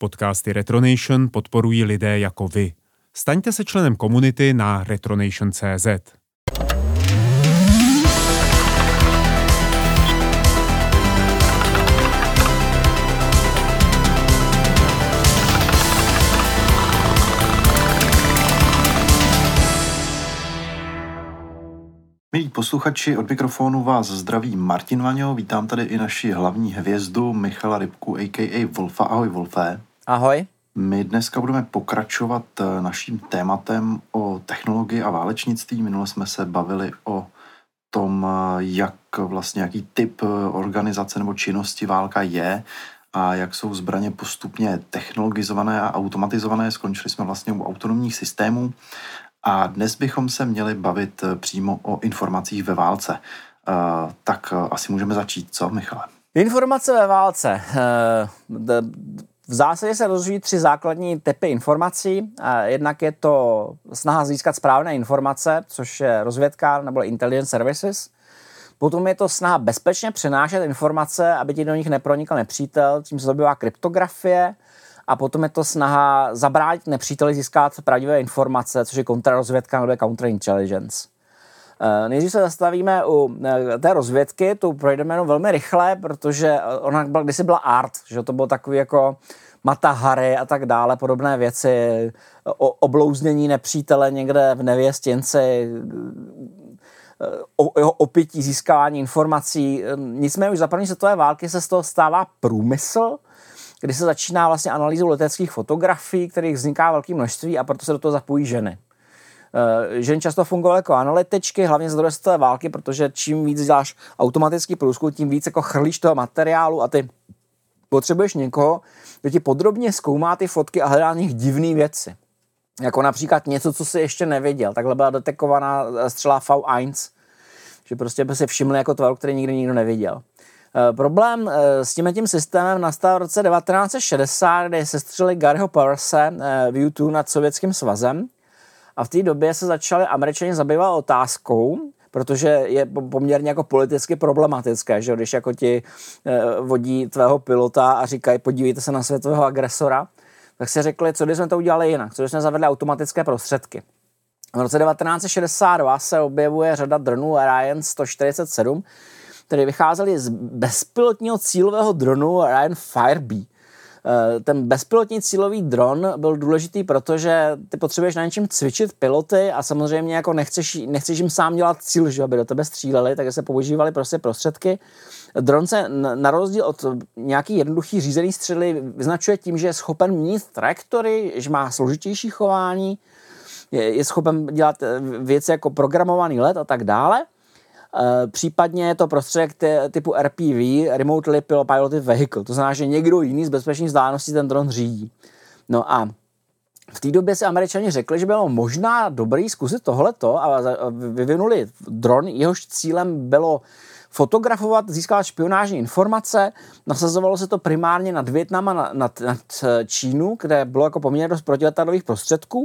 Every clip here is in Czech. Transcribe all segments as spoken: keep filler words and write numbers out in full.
Podcasty Retronation podporují lidé jako vy. Staňte se členem komunity na retronation tečka cé zet. Milí posluchači, od mikrofonu vás zdraví Martin Vaňo, vítám tady i naši hlavní hvězdu Michala Rybku, a k a. Wolfa. Ahoj, Wolfe. Ahoj. My dneska budeme pokračovat naším tématem o technologii a válečnictví. Minule jsme se bavili o tom, jak vlastně, jaký typ organizace nebo činnosti válka je a jak jsou zbraně postupně technologizované a automatizované. Skončili jsme vlastně u autonomních systémů. A dnes bychom se měli bavit přímo o informacích ve válce. Uh, tak uh, asi můžeme začít, co, Michale? Informace ve válce. V zásadě se rozvíjí tři základní typy informací. Jednak je to snaha získat správné informace, což je rozvědka nebo intelligence services. Potom je to snaha bezpečně přenášet informace, aby ti do nich nepronikl nepřítel, tím se zabývá kryptografie. A potom je to snaha zabránit nepříteli získat pravdivé informace, což je kontrarozvědka nebo counterintelligence. Nejdřív se zastavíme u té rozvědky, tu projdeme jenom velmi rychle, protože ona byla, kdysi byla art, že to bylo takový jako Mata Hari a tak dále, podobné věci, o oblouznění nepřítele někde v nevěstinci, o jeho opití, získávání informací. Nicméně už za první světové války se z toho stává průmysl, kdy se začíná vlastně analýzou leteckých fotografií, kterých vzniká velké množství a proto se do toho zapojí ženy. Ženy často fungovaly jako analytičky, hlavně z druhé světové války, protože čím víc děláš automatický průzkum, tím víc jako chrlíš toho materiálu a ty potřebuješ někoho, kdo ti podrobně zkoumá ty fotky a hledá v nich divné věci. Jako například něco, co jsi ještě nevěděl. Takhle byla detekovaná střela V jedna, že prostě by si všimli jako tvaru, který nikdy nikdo neviděl. E, problém e, s tím systémem nastal v roce devatenáct set šedesát, kdy sestřelili Garyho Powerse e, v U dva nad Sovětským svazem. A v té době se začali Američani zabývat otázkou, protože je poměrně jako politicky problematické, že když jako ti e, vodí tvého pilota a říkají, podívejte se na světového agresora, tak si řekli, co když jsme to udělali jinak, co když jsme zavedli automatické prostředky. V roce devatenáct set šedesát dva se objevuje řada dronů Ryan sto čtyřicet sedm, které vycházely z bezpilotního cílového dronu Ryan Firebee. Ten bezpilotní cílový dron byl důležitý, protože ty potřebuješ na něčem cvičit piloty a samozřejmě jako nechceš, nechceš jim sám dělat cíl, že aby do tebe stříleli, takže se používaly prostě prostředky. Dron se na rozdíl od nějaký jednoduchý řízený střely vyznačuje tím, že je schopen měnit trajektory, že má složitější chování, je, je schopen dělat věci jako programovaný let a tak dále. Uh, případně je to prostředek typu R P V, Remotely Piloted Vehicle, to znamená, že někdo jiný z bezpečných vzdáleností ten dron řídí. No a v té době si Američani řekli, že bylo možná dobrý zkusit tohleto a vyvinuli dron, jehož cílem bylo fotografovat, získat špionážní informace. Nasazovalo se to primárně nad Vietnam a nad, nad, nad Čínu, kde bylo jako poměrně dost protiletadlových prostředků.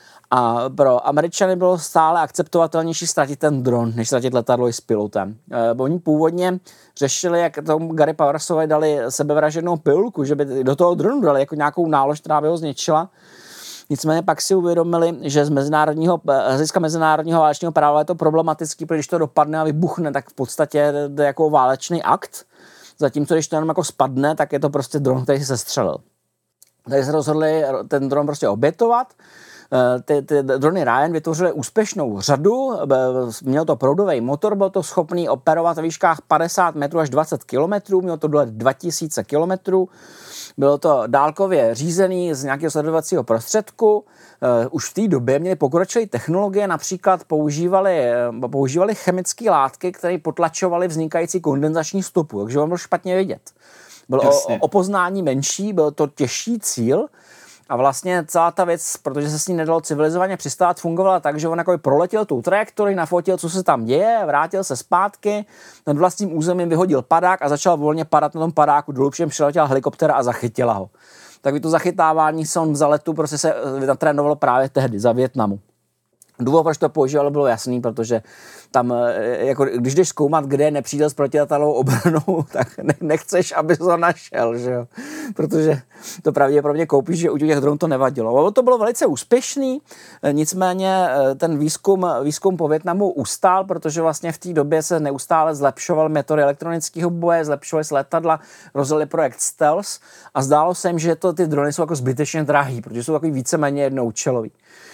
A pro Američany bylo stále akceptovatelnější ztratit ten dron, než ztratit letadlo i s pilotem. E, oni původně řešili, jak tomu Gary Powersovi dali sebevražednou pilulku, že by do toho dronu dali jako nějakou nálož, která by ho zničila. Nicméně pak si uvědomili, že z mezinárodního, hlediska mezinárodního válečného práva je to problematický, protože když to dopadne a vybuchne, tak v podstatě je jako válečný akt. Zatímco když to jenom jako spadne, tak je to prostě dron, který se střelil. Takže se rozhodli ten dron prostě obětovat. Ty, ty drony Ryan vytvořily úspěšnou řadu, měl to proudový motor, byl to schopný operovat ve výškách padesát metrů až dvacet kilometrů, mělo to dolet dva tisíce kilometrů, bylo to dálkově řízený z nějakého sledovacího prostředku. Už v té době měli pokročilé technologie, například používali, používali chemické látky, které potlačovaly vznikající kondenzační stopu, takže on byl špatně vidět. Byl o, o poznání menší, byl to těžší cíl. A vlastně celá ta věc, protože se s ní nedalo civilizovaně přistát, fungovala tak, že on jako proletěl tu trajektorii, nafotil, co se tam děje, vrátil se zpátky, nad vlastním územím vyhodil padák a začal volně padat na tom padáku dolů, přičem přiletěla helikoptéra a zachytila ho. Tak to zachytávání son v zaletu prostě se natrénovalo právě tehdy za Vietnamu. Důvod, proč to používalo, bylo jasný, protože tam, jako, když jdeš zkoumat, kde je nepřítel s protiletadlovou obranou, tak nechceš, aby ho našel, že jo? Protože to pravděpodobně koupíš, že u těch dronů to nevadilo. To bylo velice úspěšný, nicméně ten výzkum, výzkum po Vietnamu ustál, protože vlastně v té době se neustále zlepšoval metody elektronického boje, zlepšovaly se letadla, rozjeli projekt Stealth a zdálo se jim, že to, ty drony jsou jako zbytečně drahý, protože jsou takový víceméně jednoúčelový.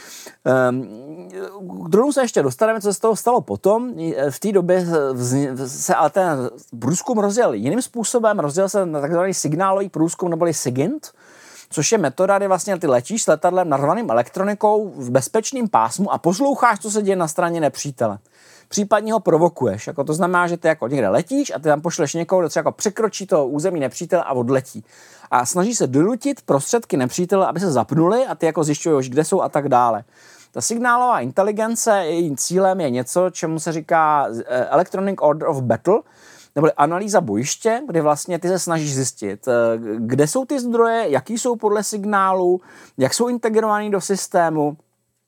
K dronům se ještě dostaneme, co se z toho stalo potom. V té době se ale ten průzkum rozjel jiným způsobem. Rozjel se na takzvaný signálový průzkum, neboli SIGINT, což je metoda, kdy vlastně ty letíš s letadlem narvaným elektronikou v bezpečném pásmu a posloucháš, co se děje na straně nepřítele. Případně ho provokuješ. Jako to znamená, že ty jako někde letíš a ty tam pošleš někoho, kdo třeba jako překročí to území nepřítele a odletí. A snaží se donutit prostředky nepřítele, aby se zapnuly a ty jako zjišťuješ, kde jsou a tak dále. Ta signálová inteligence, jejím cílem je něco, čemu se říká Electronic Order of Battle, nebo analýza bojiště, kdy vlastně ty se snažíš zjistit, kde jsou ty zdroje, jaký jsou podle signálu, jak jsou integrovaný do systému.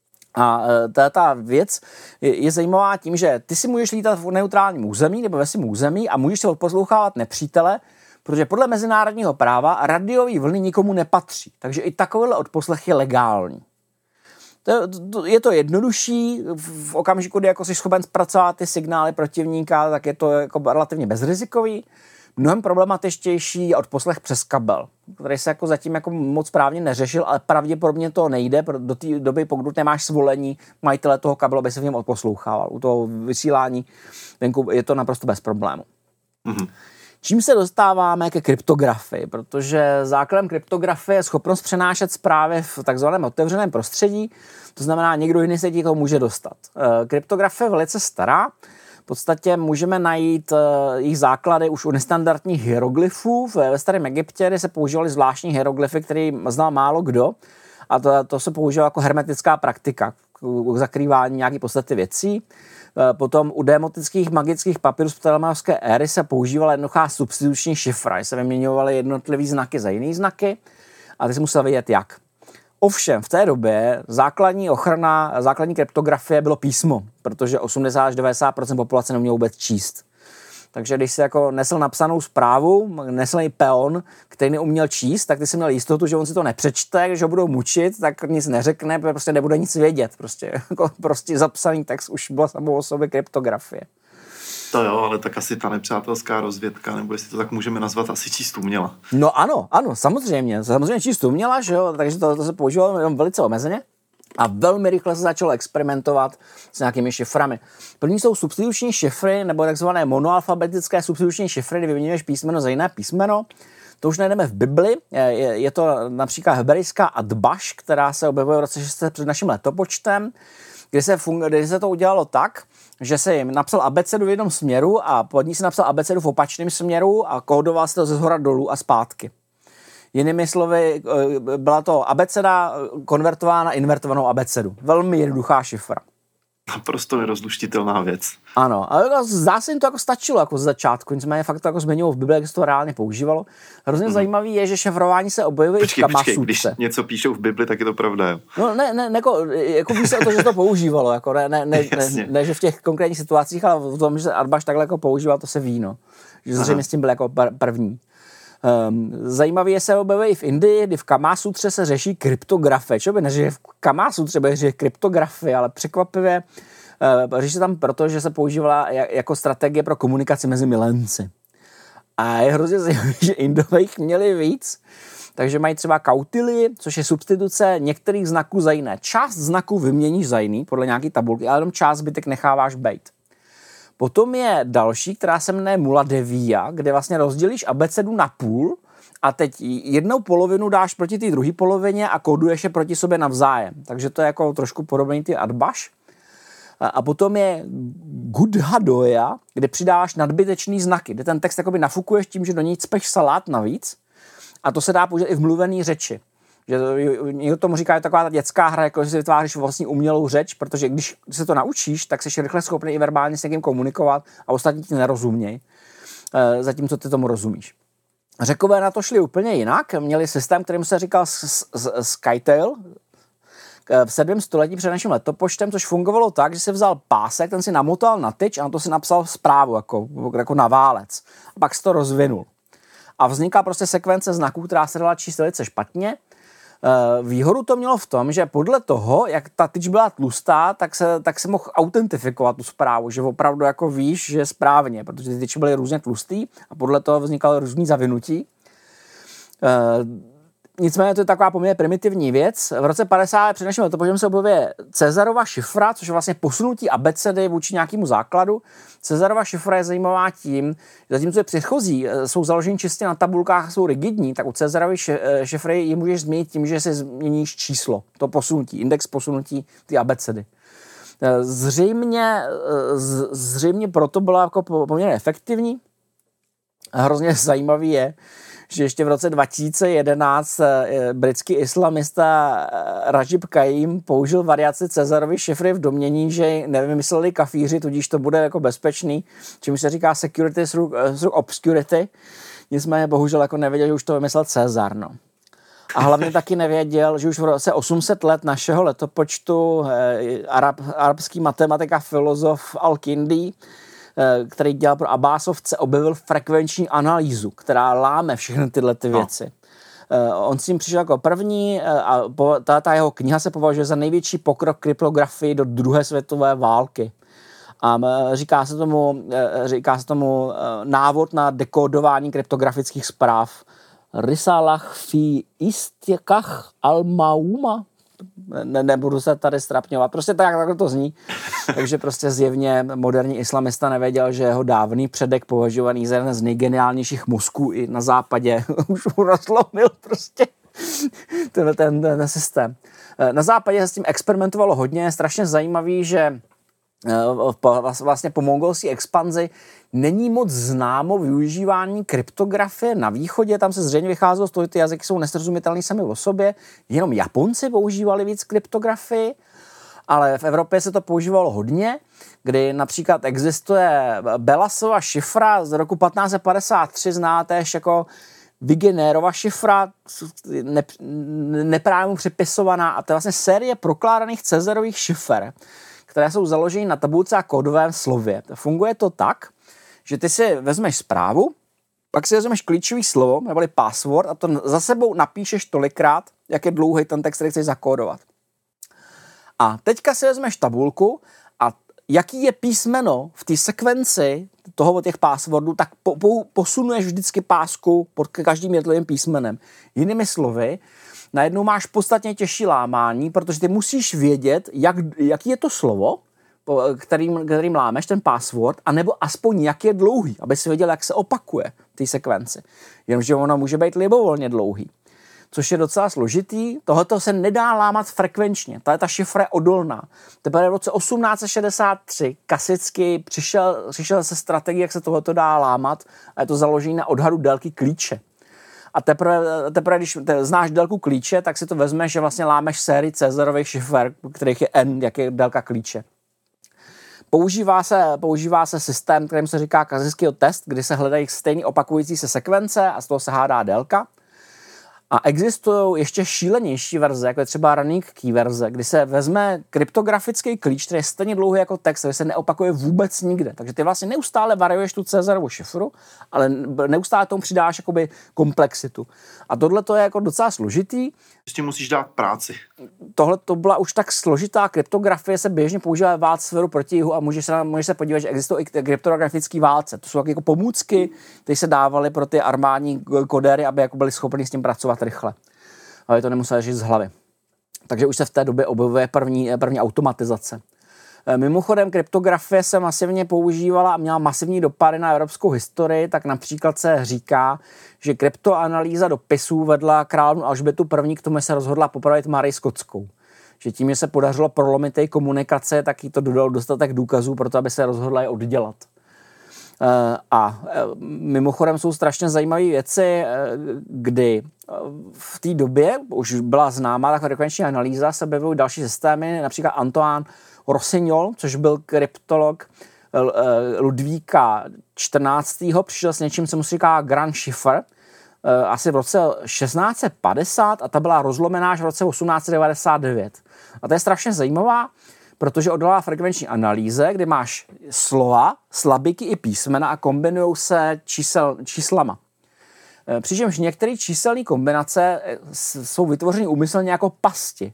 A ta věc je, je zajímavá tím, že ty si můžeš lítat v neutrálním území nebo ve svém území a můžeš se odposlouchávat nepřítele, protože podle mezinárodního práva radiové vlny nikomu nepatří. Takže i takovýhle odposlech je legální. To, to, je to jednodušší, v okamžiku, kdy jako jsi schopen zpracovat ty signály protivníka, tak je to jako relativně bezrizikový. Mnohem problematičtější je odposlech přes kabel, který se jako zatím jako moc správně neřešil, ale pravděpodobně to nejde do té doby, pokud nemáš svolení majitele toho kabelu, aby se v něm odposlouchával. U toho vysílání venku je to naprosto bez problému. Mm-hmm. Čím se dostáváme ke kryptografii, protože základem kryptografie je schopnost přenášet zprávy v takzvaném otevřeném prostředí, to znamená, někdo jiný se tím může dostat. Kryptografie je velice stará, v podstatě můžeme najít jejich základy už u nestandardních hieroglyfů. Ve starém Egyptě, kde se používaly zvláštní hieroglyfy, které znal málo kdo, a to, to se používalo jako hermetická praktika k zakrývání nějaké podstaty věcí. Potom u demotických magických papírů z ptolemaické éry se používala jednoduchá substituční šifra. Se vyměňovaly jednotlivý znaky za jiný znaky a ty si musel vědět jak. Ovšem v té době základní ochrana, základní kryptografie bylo písmo, protože osmdesát až devadesát procent populace neumělo vůbec číst. Takže když jsi jako nesl napsanou zprávu, nesl i peon, který neuměl číst, tak ty jsi měl jistotu, že on si to nepřečte, když ho budou mučit, tak nic neřekne, protože prostě nebude nic vědět. Prostě, jako prostě zapsaný text už byla samou o sobě kryptografie. To jo, ale tak asi ta nepřátelská rozvědka, nebo jestli to tak můžeme nazvat, asi číst uměla. No ano, ano, samozřejmě. Samozřejmě číst uměla, že jo, takže to, to se používalo jenom velice omezeně. A velmi rychle se začalo experimentovat s nějakými šiframi. První jsou substituční šifry, nebo takzvané monoalfabetické substituční šifry, kdy vyměňuješ písmeno za jiné písmeno. To už najdeme v Bibli. Je, je to například hebrejská Adbaš, která se objevuje v roce šest set před naším letopočtem, kdy se, fun- kdy se to udělalo tak, že se jim napsal abecedu v jednom směru a pod ní se napsal abecedu v opačném směru a kódoval se to ze zhora dolů a zpátky. Jinými slovy, byla to abeceda konvertována na invertovanou abecedu. Velmi jednoduchá šifra. Naprosto nerozluštitelná věc. Ano, ale zdá se jim to jako stačilo jako z začátku, nicméně fakt to jako změnilo v Bibli, jak se to reálně používalo. Hrozně mm. zajímavý je, že šifrování se objevuje i v Kamasutře. Když něco píšou v Bibli, tak je to pravda, jo? No ne, ne, jako, jako ví se o to, že to používalo, jako ne, ne, ne, ne, ne, že v těch konkrétních situacích, ale v tom, že se Adbaš takhle jako používal, to se ví, no. Že zřejmě s tím byl jako první. Um, zajímavě se objevuje i v Indii, kdy v Kamasutře se řeší kryptografie. Čo by neřeší v Kamasutře, by řeší kryptografie, ale překvapivě uh, řeší se tam proto, že se používala jako strategie pro komunikaci mezi milenci. A je hrozně zajímavé, že Indové jich měli víc, takže mají třeba kautily, což je substituce některých znaků za jiné. Část znaků vyměníš za jiný, podle nějaký tabulky, ale jenom část zbytek necháváš bejt. Potom je další, která se jmenuje Muladevia, kde vlastně rozdělíš abecedu na půl a teď jednou polovinu dáš proti té druhé polovině a kóduješ je proti sobě navzájem. Takže to je jako trošku podobný ty Adbaš. A potom je Gudhadoja, kde přidáváš nadbytečný znaky, kde ten text jakoby nafukuješ tím, že do něj cpeš salát navíc a to se dá použít i v mluvený řeči. Že někdo tomu říká, je taková ta dětská hra, jako že si vytváříš vlastně umělou řeč, protože když se to naučíš, tak jsi rychle schopný i verbálně s někým komunikovat a ostatní ti nerozumějí, zatímco ty tomu rozumíš. Řekové na to šli úplně jinak, měli systém, kterým se říkal Skytail, v sedmém století před naším letopočtem, což fungovalo tak, že si vzal pásek, ten si namotal na tyč a na to si napsal zprávu jako, jako na válec. A pak si to rozvinul. A vznikla prostě sekvence znaků, která se dala číst velice špatně. Výhodu to mělo v tom, že podle toho, jak ta tyč byla tlustá, tak se, tak se mohl autentifikovat tu zprávu, že opravdu jako víš, že je správně, protože ty tyče byly různě tlustý a podle toho vznikalo různý zavinutí. Nicméně to je taková poměrně primitivní věc. V roce padesát před naším letopočtem se objevuje Cezarova šifra, což je vlastně posunutí abecedy vůči nějakému základu. Cezarova šifra je zajímavá tím, že zatímco je předchozí, jsou založeny čistě na tabulkách, jsou rigidní, tak u Cezarovy šifry ji můžeš změnit tím, že si změníš číslo, to posunutí, index posunutí ty abecedy. Zřejmě, zřejmě proto byla jako poměrně efektivní. Hrozně zajímavý je, že ještě v roce dva tisíce jedenáct britský islamista Rajib Kaim použil variaci Cezarovy šifry v domnění, že nevymysleli kafíři, tudíž to bude jako bezpečný, čemu se říká security through, through obscurity. Nicméně bohužel jako nevěděl, že už to vymyslel Cezar. No. A hlavně taky nevěděl, že už v roce osm set let našeho letopočtu arab, arabský matematik a filozof Al-Kindi, který dělal pro Abbásovce, objevil frekvenční analýzu, která láme všechny tyhle ty věci. No. On s tím přišel jako první a ta, ta jeho kniha se považuje za největší pokrok kryptografii do druhé světové války. A říká se tomu, říká se tomu návod na dekodování kryptografických zpráv. Risalach fi istikach al-mauma. Ne, nebudu se tady strapňovat. Prostě tak, tak to zní. Takže prostě zjevně moderní islamista nevěděl, že jeho dávný předek považovaný za jeden z nejgeniálnějších mozků i na západě už mu rozlomil prostě ten, ten, ten systém. Na západě se s tím experimentovalo hodně. Je strašně zajímavý, že vlastně po mongolské expanzi není moc známo využívání kryptografie na východě, tam se zřejmě vycházelo z toho, že ty jazyky jsou nesrozumitelné sami o sobě, jenom Japonci používali víc kryptografii, ale v Evropě se to používalo hodně, kdy například existuje Belasova šifra z roku patnáct set padesát tři, zná též jako Vigenérova šifra, ne, neprávě připisovaná, a to je vlastně série prokládaných Cezarových šifer, které jsou založeny na tabulce a kódovém slově. Funguje to tak, že ty si vezmeš zprávu, pak si vezmeš klíčový slovo, neboli password, a to za sebou napíšeš tolikrát, jak je dlouhý ten text, který chceš zakódovat. A teďka si vezmeš tabulku a jaký je písmeno v té sekvenci toho od těch passwordů, tak po, po, posunuješ vždycky pásku pod každým jednotlivým písmenem. Jinými slovy, najednou máš podstatně těžší lámání, protože ty musíš vědět, jak, jaký je to slovo, kterým, kterým lámeš ten password, anebo aspoň jak je dlouhý, aby si věděl, jak se opakuje v té sekvenci. Jenomže ono může být libovolně dlouhý, což je docela složitý. Tohleto se nedá lámat frekvenčně. Tahle ta šifra je odolná. Teprve v roce osmnáct set šedesát tři Kasický přišel, přišel se strategií, jak se tohleto dá lámat, a je to založené na odhadu délky klíče. A teprve, teprve když te, znáš délku klíče, tak si to vezmeš, že vlastně lámeš sérii Cezarových šifer, kterých je N, jak je délka klíče. Používá se, používá se systém, kterým se říká Kasickýho test, kdy se hledají stejně opakující se sekvence a z toho se hádá délka. A existují ještě šílenější verze, jako je třeba running key verze, kdy se vezme kryptografický klíč, který je stejně dlouhý jako text, který se neopakuje vůbec nikde. Takže ty vlastně neustále variuješ tu Cezarovu šifru, ale neustále tomu přidáš jakoby komplexitu. A tohle to je jako docela složitý. S tím musíš dát práci. Tohle to byla už tak složitá kryptografie, se běžně používá válc sféru proti jihu a můžeš se, můžeš se podívat, že existují i kryptografické válce. To jsou jako pomůcky, které se dávaly pro ty armádní kodéry, aby jako byli schopni s tím pracovat rychle. Ale to nemuseli žít z hlavy. Takže už se v té době objevuje první, první automatizace. Mimochodem, kryptografie se masivně používala a měla masivní dopady na evropskou historii, tak například se říká, že kryptoanalýza dopisů vedla královnu Alžbětu I. k tomu se rozhodla popravit Marii Skotskou. Že tím, že se podařilo prolomit její komunikace, tak jí to dodalo dostatek důkazů pro to, aby se rozhodla je oddělat. A mimochodem jsou strašně zajímavé věci, kdy v té době už byla známá ta frekvenční analýza, se objevují další systémy, například Antoine Rossignol, což byl kryptolog Ludvíka čtrnáctého přišel s něčím, co mu se říká Grand Chiffre, asi v roce šestnáct set padesát a ta byla rozlomená až v roce osmnáct set devadesát devět. A to je strašně zajímavá, protože oddala frekvenční analýze, kdy máš slova, slabiky i písmena a kombinují se čísel, číslama. Přičemž některé číselné kombinace jsou vytvořeny úmyslně jako pasti.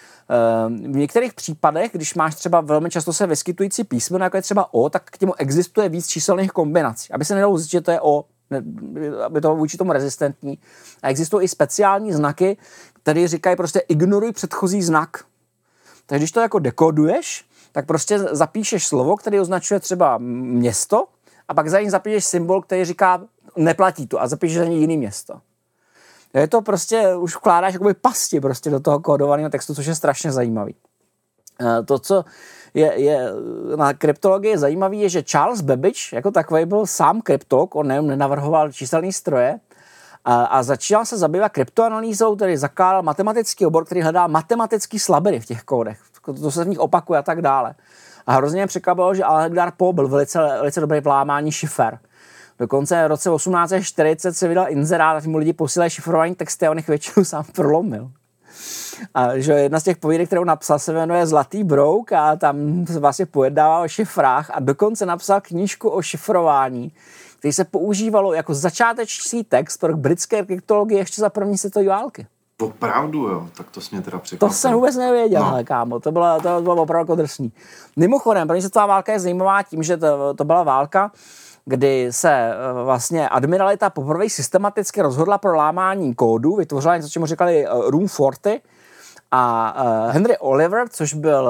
V některých případech, když máš třeba velmi často se vyskytující písmeno, jako je třeba O, tak k němu existuje víc číselných kombinací. Aby se nedalo zjistit, že to je O, aby to vůči tomu rezistentní. A existují i speciální znaky, které říkají prostě ignoruj předchozí znak. Takže když to jako dekoduješ, tak prostě zapíšeš slovo, který označuje třeba město a pak za ní zapíšeš symbol, který říká neplatí to a zapíšeš za ní jiný město. Je to prostě, už vkládáš jakoby pasti prostě do toho kódovaného textu, což je strašně zajímavý. To, co je, je na kryptologii zajímavý, je, že Charles Babbage jako takový byl sám kryptolog, on nejen nenavrhoval číselné stroje a, a začínal se zabývat kryptoanalýzou, tedy zakládal matematický obor, který hledá matematický slabiny v těch kódech. To se v nich opakuje a tak dále. A hrozně mě překvapilo, že Alexander Pope byl velice, velice dobrý v lámání šifer. Dokonce v roce osmnáct set čtyřicet se vydal inzerát a tím lidi posílají šifrovaný texty a on jich většinu sám prolomil. A že jedna z těch povídek, kterou napsal, se jmenuje Zlatý brouk a tam se vlastně pojednává o šifrách a dokonce napsal knížku o šifrování, který se používalo jako začáteční text pro britské kryptologie ještě za první světové války. Opravdu, jo, tak to jsi mě teda překvapil. To jsem vůbec nevěděl, no. Ale kámo, to bylo, to bylo opravdu jako drsný. Mimochodem, první světová válka je zajímavá tím, že to, to byla válka, kdy se vlastně admiralita poprvé systematicky rozhodla pro lámání kódu, vytvořila něco, čemu říkali Room čtyřicet a Henry Oliver, což byl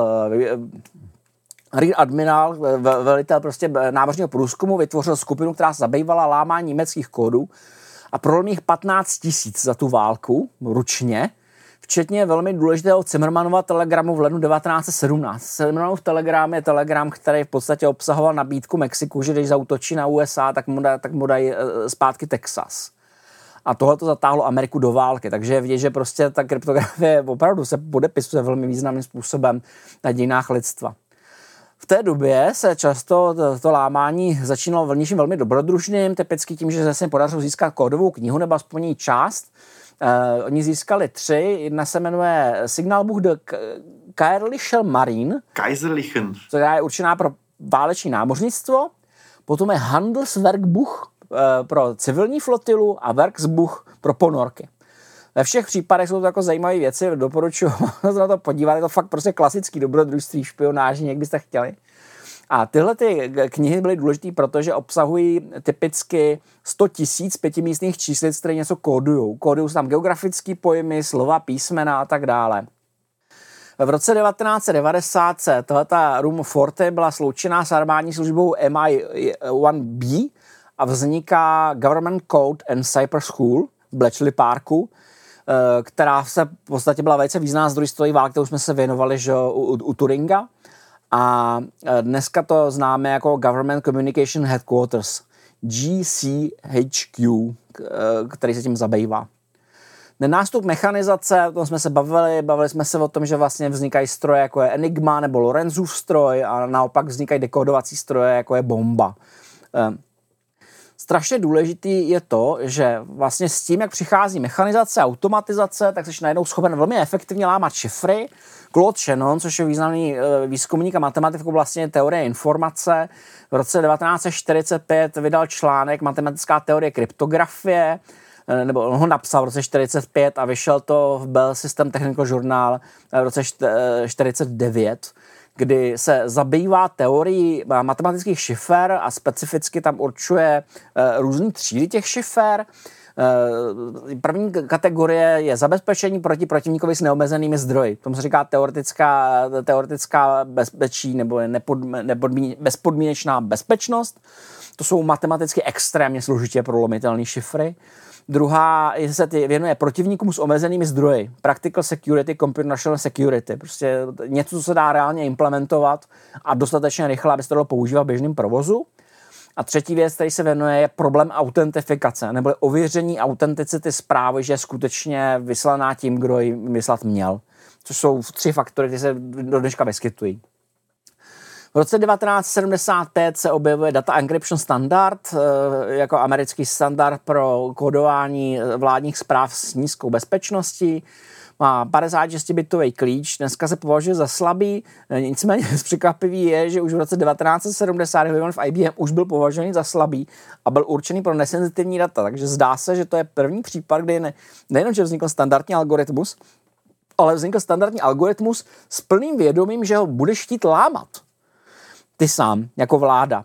rear admiral, velitel prostě námořního průzkumu, vytvořil skupinu, která se zabývala lámáním německých kódů a prolomil jich patnáct tisíc za tu válku ručně, včetně velmi důležitého Zimmermanova telegramu v lednu devatenáct set sedmnáct. Zimmermanův telegram je telegram, který v podstatě obsahoval nabídku Mexiku, že když zaútočí na U S A, tak mu, da, tak mu dají zpátky Texas. A tohle to zatáhlo Ameriku do války, takže je vidět, že prostě ta kryptografie opravdu se podepisuje velmi významným způsobem na dějinách lidstva. V té době se často to, to lámání začínalo něčím velmi dobrodružným, typicky tím, že se jim podařilo získat kódovou knihu nebo aspoň její část. Uh, oni získali tři, jedna se jmenuje Signalbuch de Kaiserliche Marine, Kaiserlichen, která je určená pro váleční námořnictvo, potom je Handelswerkbuch uh, pro civilní flotilu a Werksbuch pro ponorky. Ve všech případech jsou to jako zajímavé věci, doporučuji se na to podívat, je to fakt prostě klasický dobrodružství, špionáží, jak byste chtěli. A tyhle ty knihy byly důležité, protože obsahují typicky sto tisíc pětimístných číslic, které něco kódujou. Kódují tam geografické pojmy, slova, písmena a tak dále. V roce devatenáct set devadesát tohleta Room čtyřicet byla sloučená s armádní službou M I jedna B a vzniká Government Code and Cyber School v Bletchley Parku, která se v podstatě byla velice významná zdroj světové války, kterou jsme se věnovali že, u, u Turinga. A dneska to známe jako Government Communication Headquarters, G C H Q, který se tím zabývá. Nástup mechanizace, o tom jsme se bavili, bavili jsme se o tom, že vlastně vznikají stroje jako je Enigma nebo Lorenzův stroj a naopak vznikají dekódovací stroje jako je bomba. Strašně důležitý je to, že vlastně s tím, jak přichází mechanizace a automatizace, tak jsi najednou schopen velmi efektivně lámat šifry. Claude Shannon, což je významný výzkumník a matematik v oblasti teorie informace, v roce devatenáct set čtyřicet pět vydal článek Matematická teorie kryptografie, nebo on ho napsal v roce čtyřicet pět a vyšel to v Bell System Technical Journal v roce čtyřicet devět, kdy se zabývá teorií matematických šifer a specificky tam určuje různý třídy těch šifer. První kategorie je zabezpečení proti protivníkovi s neomezenými zdroji. Tomu se říká teoretická, teoretická bezpečí nebo nepod, nepodmín, bezpodmínečná bezpečnost. To jsou matematicky extrémně složitě prolomitelné šifry. Druhá se věnuje protivníkům s omezenými zdroji. Practical security, computational security. Prostě něco, co se dá reálně implementovat a dostatečně rychle, aby se to dalo používat v běžném provozu. A třetí věc, který se věnuje, je problém autentifikace, nebo ověření autenticity zprávy, že je skutečně vyslaná tím, kdo ji vyslat měl. Což jsou tři faktory, které se do dneška vyskytují. V V roce devatenáct set sedmdesát pět se objevuje Data Encryption Standard jako americký standard pro kódování vládních zpráv s nízkou bezpečností. Má padesát šest bitový klíč, dneska se považuje za slabý, nicméně překvapivý je, že už v roce devatenáct set sedmdesát v I B M už byl považovaný za slabý a byl určený pro nesenzitivní data, takže zdá se, že to je první případ, kdy ne, nejenom, že vznikl standardní algoritmus, ale vznikl standardní algoritmus s plným vědomím, že ho budeš chtít lámat. Ty sám, jako vláda.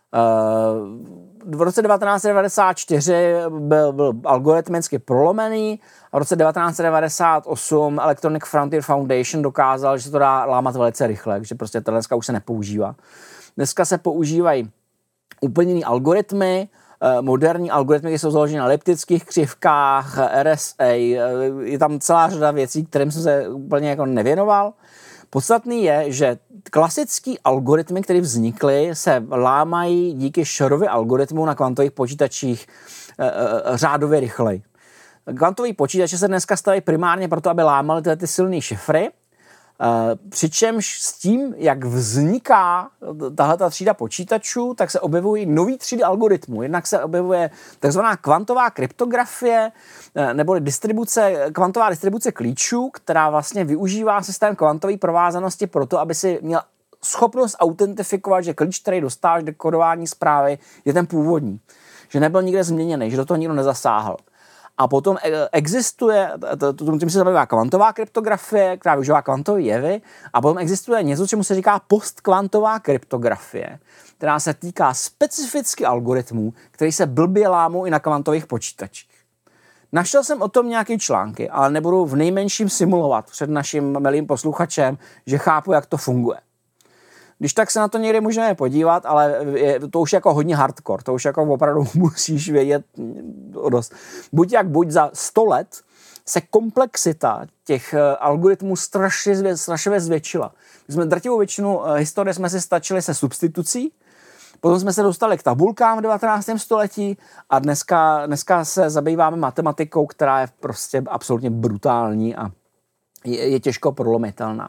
V roce devatenáct set devadesát čtyři byl, byl algoritmicky prolomený a v roce devatenáct set devadesát osm Electronic Frontier Foundation dokázal, že se to dá lámat velice rychle, že prostě to dneska už se nepoužívá. Dneska se používají úplně jiný algoritmy, moderní algoritmy jsou založeny na elliptických křivkách, R S A, je tam celá řada věcí, kterým jsem se úplně jako nevěnoval. Podstatný je, že klasický algoritmy, které vznikly, se lámají díky Shorrovy algoritmu na kvantových počítačích e, e, řádově rychleji. Kvantový počítače se dneska staví primárně proto, aby lámaly tyhle ty silné šifry, e, přičemž s tím, jak vzniká tahleta třída počítačů, tak se objevují nový třídy algoritmů. Jednak se objevuje takzvaná kvantová kryptografie, e, neboli distribuce, kvantová distribuce klíčů, která vlastně využívá systém kvantové provázanosti proto, aby si měl schopnost autentifikovat, že klíč, který dostáváš do kodování zprávy, je ten původní. Že nebyl nikde změněný, že do toho nikdo nezasáhl. A potom existuje, tím se zabývá kvantová kryptografie, která využívá kvantové jevy, a potom existuje něco, čemu se říká postkvantová kryptografie, která se týká specificky algoritmů, který se blbě lámou i na kvantových počítačích. Našel jsem o tom nějaké články, ale nebudu v nejmenším simulovat před naším milým posluchačem, že chápu, jak to funguje. Když tak se na to někdy můžeme podívat, ale je to už jako hodně hardcore, to už jako opravdu musíš vědět dost. Buď jak buď za sto let se komplexita těch algoritmů strašně, strašně zvětšila. My jsme drtivou většinu historie jsme si stačili se substitucí, potom jsme se dostali k tabulkám v devatenáctém století a dneska, dneska se zabýváme matematikou, která je prostě absolutně brutální a je, je těžko prolomitelná.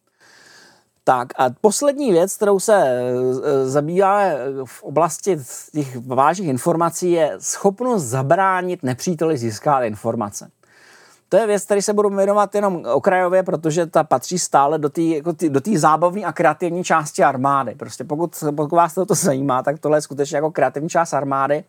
Tak a poslední věc, kterou se zabýváme v oblasti těch vážných informací, je schopnost zabránit nepříteli získat informace. To je věc, který se budu věnovat jenom okrajově, protože ta patří stále do té jako do té zábavné a kreativní části armády. Prostě pokud, pokud vás to zajímá, tak tohle je skutečně jako kreativní část armády.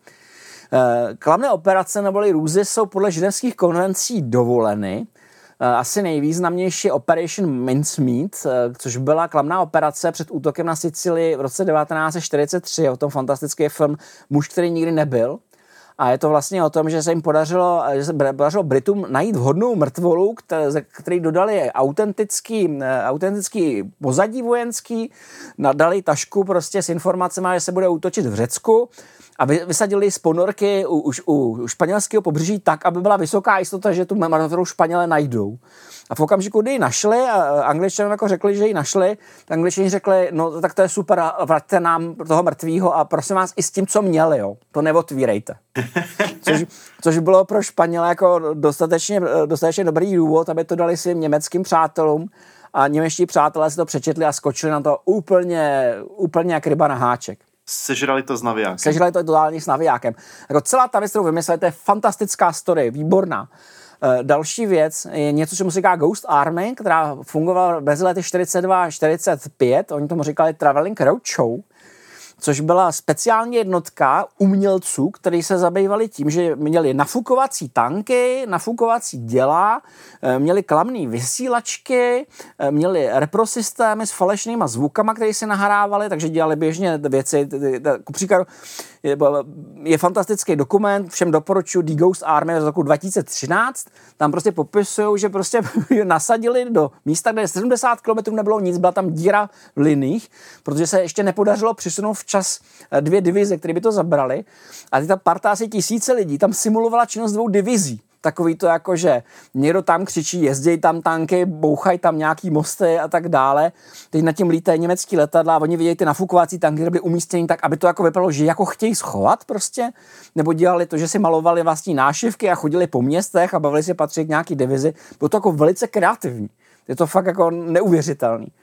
Klamné operace neboli růzy jsou podle ženevských konvencí dovoleny. Asi nejvýznamnější je Operation Mincemeat, což byla klamná operace před útokem na Sicílii v roce devatenáct set čtyřicet tři. O tom fantastický film Muž, který nikdy nebyl. A je to vlastně o tom, že se jim podařilo, že se podařilo Britům najít vhodnou mrtvolu, který dodali autentický, autentický pozadí vojenský, nadali tašku prostě s informacemi, že se bude útočit v Řecku a vysadili z ponorky u, u, u španělského pobřeží tak, aby byla vysoká jistota, že tu mrtvolu Španělé najdou. A v okamžiku, kdy ji našli, a Angličané jako řekli, že ji našli, tak Angličani řekli, no tak to je super, vraťte nám toho mrtvýho a prosím vás i s tím, co měli, jo, to neotvírejte. Což, což bylo pro Španělé jako dostatečně, dostatečně dobrý důvod, aby to dali svým německým přátelům a němečtí přátelé si to přečetli a skočili na to úplně, úplně jak ryba na háček. Sežrali to s navijákem. Sežrali to totálně s navijákem. Jako celá ta věc, kterou vymysleli, to je fantastická story, výborná. E, další věc je něco, čemu se říká Ghost Army, která fungovala mezi lety čtyřicet dva a čtyřicet pět. Oni tomu říkali Traveling Roadshow, což byla speciální jednotka umělců, kteří se zabývali tím, že měli nafukovací tanky, nafukovací děla, měli klamné vysílačky, měli reprosystémy s falešnýma zvukama, které si nahrávali, takže dělali běžně věci. Ku příkladu je, je fantastický dokument, všem doporučuji The Ghost Army z roku dva tisíce třináct, tam prostě popisují, že prostě nasadili do místa, kde sedmdesát kilometrů nebylo nic, byla tam díra v liních, protože se ještě nepodařilo přisunout včas dvě divize, které by to zabrali. A ty ta parta asi tisíce lidí tam simulovala činnost dvou divizí. Takový to jako, že někdo tam křičí, jezdějí tam tanky, bouchají tam nějaký mosty a tak dále. Teď nad tím lítají německý letadla a oni vidějí ty nafukovací tanky, které byly umístěny tak, aby to jako vypadalo, že jako chtějí schovat prostě. Nebo dělali to, že si malovali vlastní nášivky a chodili po městech a bavili se patřit k nějaký divizi. Bylo to jako velice kreativní. Je to fakt jako neuvěřitelný.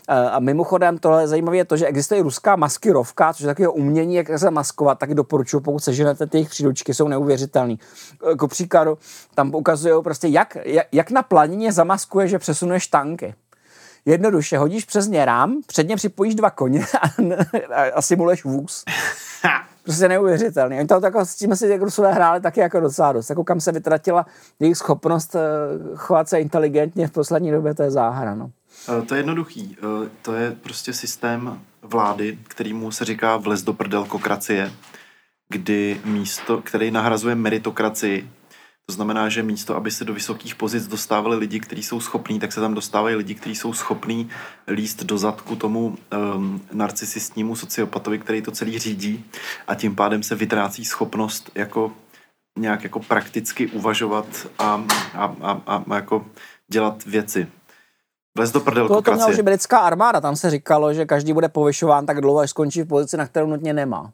A mimochodem, tohle je zajímavé, je to, že existuje ruská maskirovka, což je takové umění, jak se maskovat, tak doporučuji, pokud seženete ty jejich příručky, jsou neuvěřitelný. Ku příkladu, tam ukazují prostě, jak, jak na planině zamaskuje, že přesunuješ tanky. Jednoduše, hodíš přes ně rám, předně připojíš dva koně a, a simuluješ vůz. Prostě neuvěřitelný. Oni to jako, s tím si jak Rusové hráli taky jako docela dost. Jako kam se vytratila jejich schopnost chovat se inteligentně v poslední době, to je záhra. No. To je jednoduchý. To je prostě systém vlády, kterýmu se říká vlez do prdelkokracie, kdy místo, který nahrazuje meritokracii. To znamená, že místo, aby se do vysokých pozic dostávali lidi, kteří jsou schopní, tak se tam dostávají lidi, kteří jsou schopní líst do zadku tomu um, narcisistnímu sociopatovi, který to celý řídí, a tím pádem se vytrácí schopnost jako nějak jako prakticky uvažovat a, a, a, a jako dělat věci. Vlez do prdelkokracie. To, to měla už britská armáda, tam se říkalo, že každý bude povyšován tak dlouho, až skončí v pozici, na kterou nutně nemá.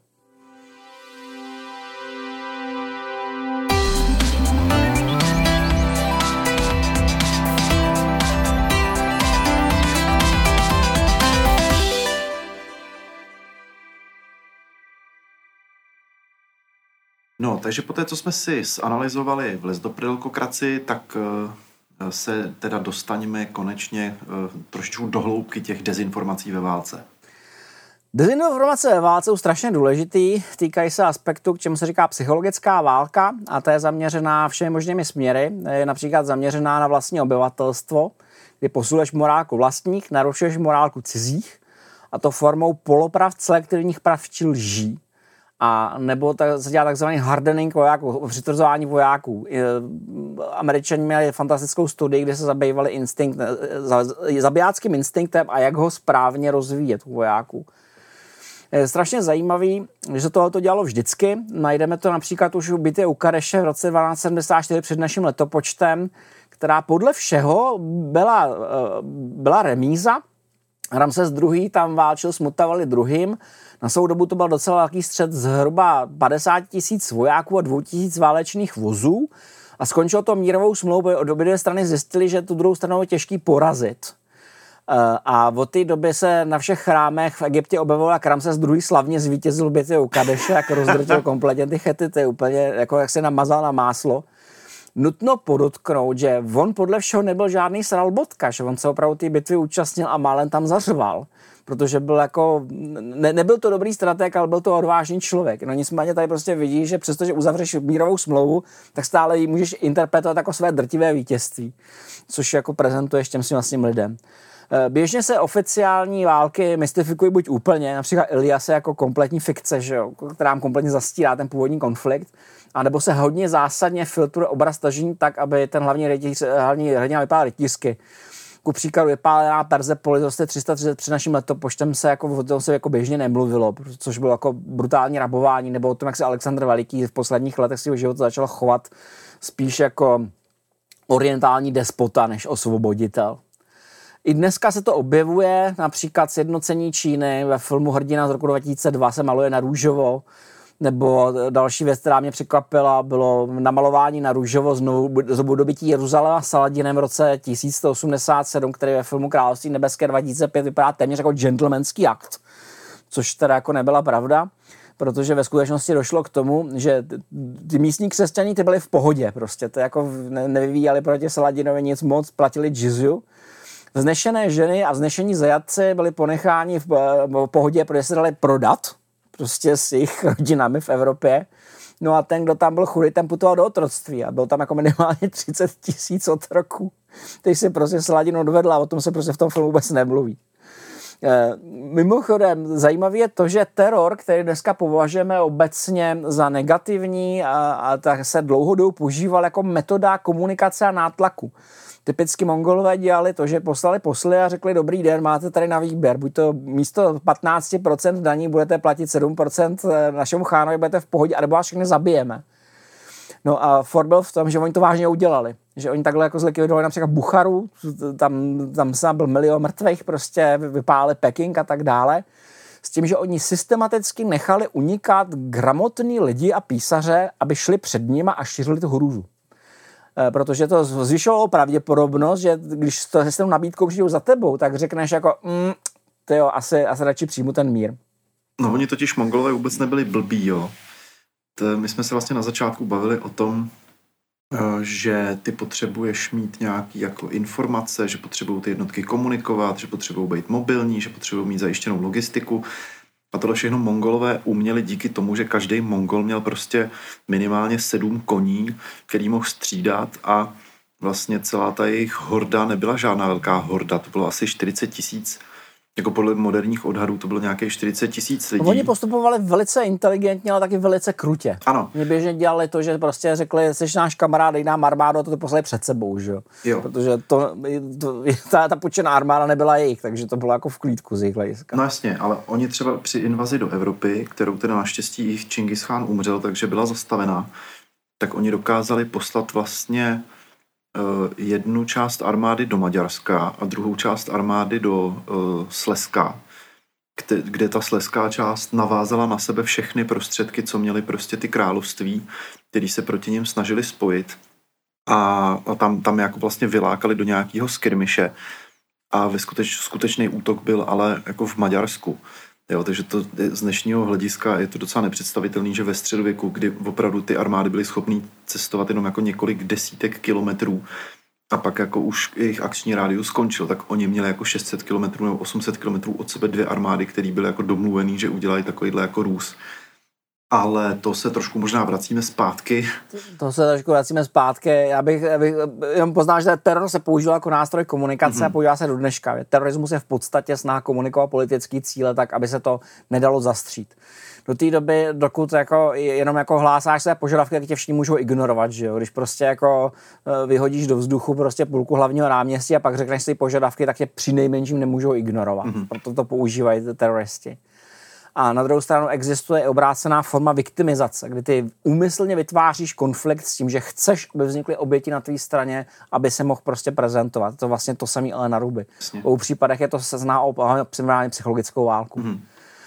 No, takže po té, co jsme si zanalyzovali vlez do prdelkokracii, tak uh, se teda dostaneme konečně uh, trošičku do hloubky těch dezinformací ve válce. Dezinformace ve válce jsou strašně důležitý, týkají se aspektu, k čemu se říká psychologická válka, a to je zaměřená všemi možnými směry. Je například zaměřená na vlastní obyvatelstvo, kdy posiluješ morálku vlastních, narušuješ morálku cizích, a to formou polopravd, selektivních pravd či lží. A nebo tak, se dělá takzvaný hardening vojáků, přitvrzování vojáků. Američani měli fantastickou studii, kde se zabývali instinkt, zabijáckým instinktem a jak ho správně rozvíjet u vojáků. Je strašně zajímavý, že se tohle dělalo vždycky. Najdeme to například už u bitvy u Kadeše v roce dvanáct sedmdesát čtyři před naším letopočtem, která podle všeho byla, byla remíza. Ramses druhý. tam válčil s Mutawalli druhým. Na svou dobu to byl docela velký střet zhruba padesát tisíc vojáků a dvě tisíce válečných vozů a skončilo to mírovou smlouvou. Od obě dvě strany zjistili, že tu druhou stranu je těžký porazit. A od té doby se na všech chrámech v Egyptě objevilo, jak Ramses druhý. slavně zvítězil v bitvě u Kadeše, jak rozdrtil kompletně ty Chetity, úplně jako jak se namazal na máslo. Nutno podotknout, že on podle všeho nebyl žádný sralbotka, že on se opravdu té bitvy účastnil a málem tam zařval, protože byl jako, ne, nebyl to dobrý strateg, ale byl to odvážný člověk. No nicméně tady prostě vidíš, že přestože uzavřeš mírovou smlouvu, tak stále ji můžeš interpretovat jako své drtivé vítězství, což jako prezentuješ těm svým vlastním lidem. Běžně se oficiální války mystifikují buď úplně, například Iliase jako kompletní fikce, že jo, která nám kompletně zastírá ten původní konflikt, anebo se hodně zásadně filtruje obraz tažení tak, aby ten hlavní rytíř, hlavní hrdina vypadal rytířsky. Ku příkladu vypálená Persepolis vlastně tři sta třicet před naším letopočtem se jako, o tom se jako běžně nemluvilo, což bylo jako brutální rabování, nebo o tom, jak se Alexandr Veliký v posledních letech svého života začal chovat spíš jako orientální despota než osvoboditel. I dneska se to objevuje, například sjednocení Číny ve filmu Hrdina z roku dva tisíce dva se maluje na růžovo, nebo další věc, která mě překvapila, bylo namalování na růžovo znovu z dobytí Jeruzaléma Saladinem v roce tisíc sto osmdesát sedm, který ve filmu Království nebeské dva tisíce pět vypadá téměř jako gentlemanský akt, což teda jako nebyla pravda, protože ve skutečnosti došlo k tomu, že ty místní křesťané ty byli v pohodě, prostě to jako nevyvíjeli proti Saladinovi nic moc, platili džizju. Vznešené ženy a vznešení zajatci byli ponecháni v pohodě, protože se dali prodat prostě s jejich rodinami v Evropě. No a ten, kdo tam byl chudý, ten putoval do otroctví a byl tam jako minimálně třicet tisíc otroků. Teď si prostě Saladin odvedla a o tom se prostě v tom filmu vůbec nemluví. E, mimochodem, zajímavé je to, že teror, který dneska považujeme obecně za negativní a, a tak se dlouhodobě používal jako metoda komunikace a nátlaku. Typicky Mongolové dělali to, že poslali posly a řekli dobrý den, máte tady na výběr, buď to místo patnáct procent daní budete platit sedm procent našemu chánovi, budete v pohodě, anebo vás všechny zabijeme. No a for byl v tom, že oni to vážně udělali. Že oni takhle jako zlikvidovali například Bucharu, tam, tam sám byl milion mrtvých, prostě vypálili Peking a tak dále. S tím, že oni systematicky nechali unikat gramotný lidi a písaře, aby šli před nima a šířili tu hrůzu. Protože to zvyšovalo pravděpodobnost, že když to se s tou nabídkou přijdou za tebou, tak řekneš jako mm, tyjo, asi, asi radši přijmu ten mír. No oni totiž Mongolové vůbec nebyli blbí, jo. To, my jsme se vlastně na začátku bavili o tom, že ty potřebuješ mít nějaký jako informace, že potřebují ty jednotky komunikovat, že potřebují být mobilní, že potřebují mít zajištěnou logistiku. A tohle všechno Mongolové uměli díky tomu, že každý Mongol měl prostě minimálně sedm koní, který mohl střídat a vlastně celá ta jejich horda nebyla žádná velká horda, to bylo asi čtyřicet tisíc. Jako podle moderních odhadů to bylo nějaké čtyřicet tisíc lidí. Oni postupovali velice inteligentně, ale taky velice krutě. Ano. Mě běžně dělali to, že prostě řekli, jsi náš kamarád, dej nám armádu a to to poslali před sebou, že jo. Protože to, to, ta, ta počená armáda nebyla jejich, takže to bylo jako v klídku z jejich hlediska. No jasně, ale oni třeba při invazi do Evropy, kterou teda naštěstí jich Čingis Chán umřel, takže byla zastavená, tak oni dokázali poslat vlastně jednu část armády do Maďarska a druhou část armády do uh, Slezska, kde, kde ta slezská část navázala na sebe všechny prostředky, co měly prostě ty království, který se proti nim snažili spojit a, a tam, tam jako vlastně vylákali do nějakého skirmiše a ve skuteč, skutečný útok byl ale jako v Maďarsku. Jo, takže to z dnešního hlediska je to docela nepředstavitelný, že ve středověku, kdy opravdu ty armády byly schopné cestovat jenom jako několik desítek kilometrů a pak jako už jejich akční rádius skončil, tak oni měli jako šest set kilometrů nebo osm set kilometrů od sebe dvě armády, které byly jako domluvený, že udělají takovýhle jako růz. Ale to se trošku možná vracíme zpátky. To se trošku vracíme zpátky. Já bych, já bych jenom poznal, že teror se používal jako nástroj komunikace mm-hmm. a používá se do dneška. Terorismus je v podstatě snaha komunikovat politické cíle tak, aby se to nedalo zastřít. Do té doby, dokud jako, jenom jako hlásáš své požadavky, tak tě všichni můžou ignorovat, že jo? Když prostě jako vyhodíš do vzduchu prostě půlku hlavního náměstí a pak řekneš si požadavky, tak tě přinejmenším nemůžou ignorovat. Mm-hmm. Proto to používají teroristi. A na druhou stranu existuje i obrácená forma viktimizace, kdy ty úmyslně vytváříš konflikt s tím, že chceš, aby vznikly oběti na tvé straně, aby se mohl prostě prezentovat. To vlastně to samé, ale na ruby. V obou případech je to se zná o psychologickou válku. Mm-hmm.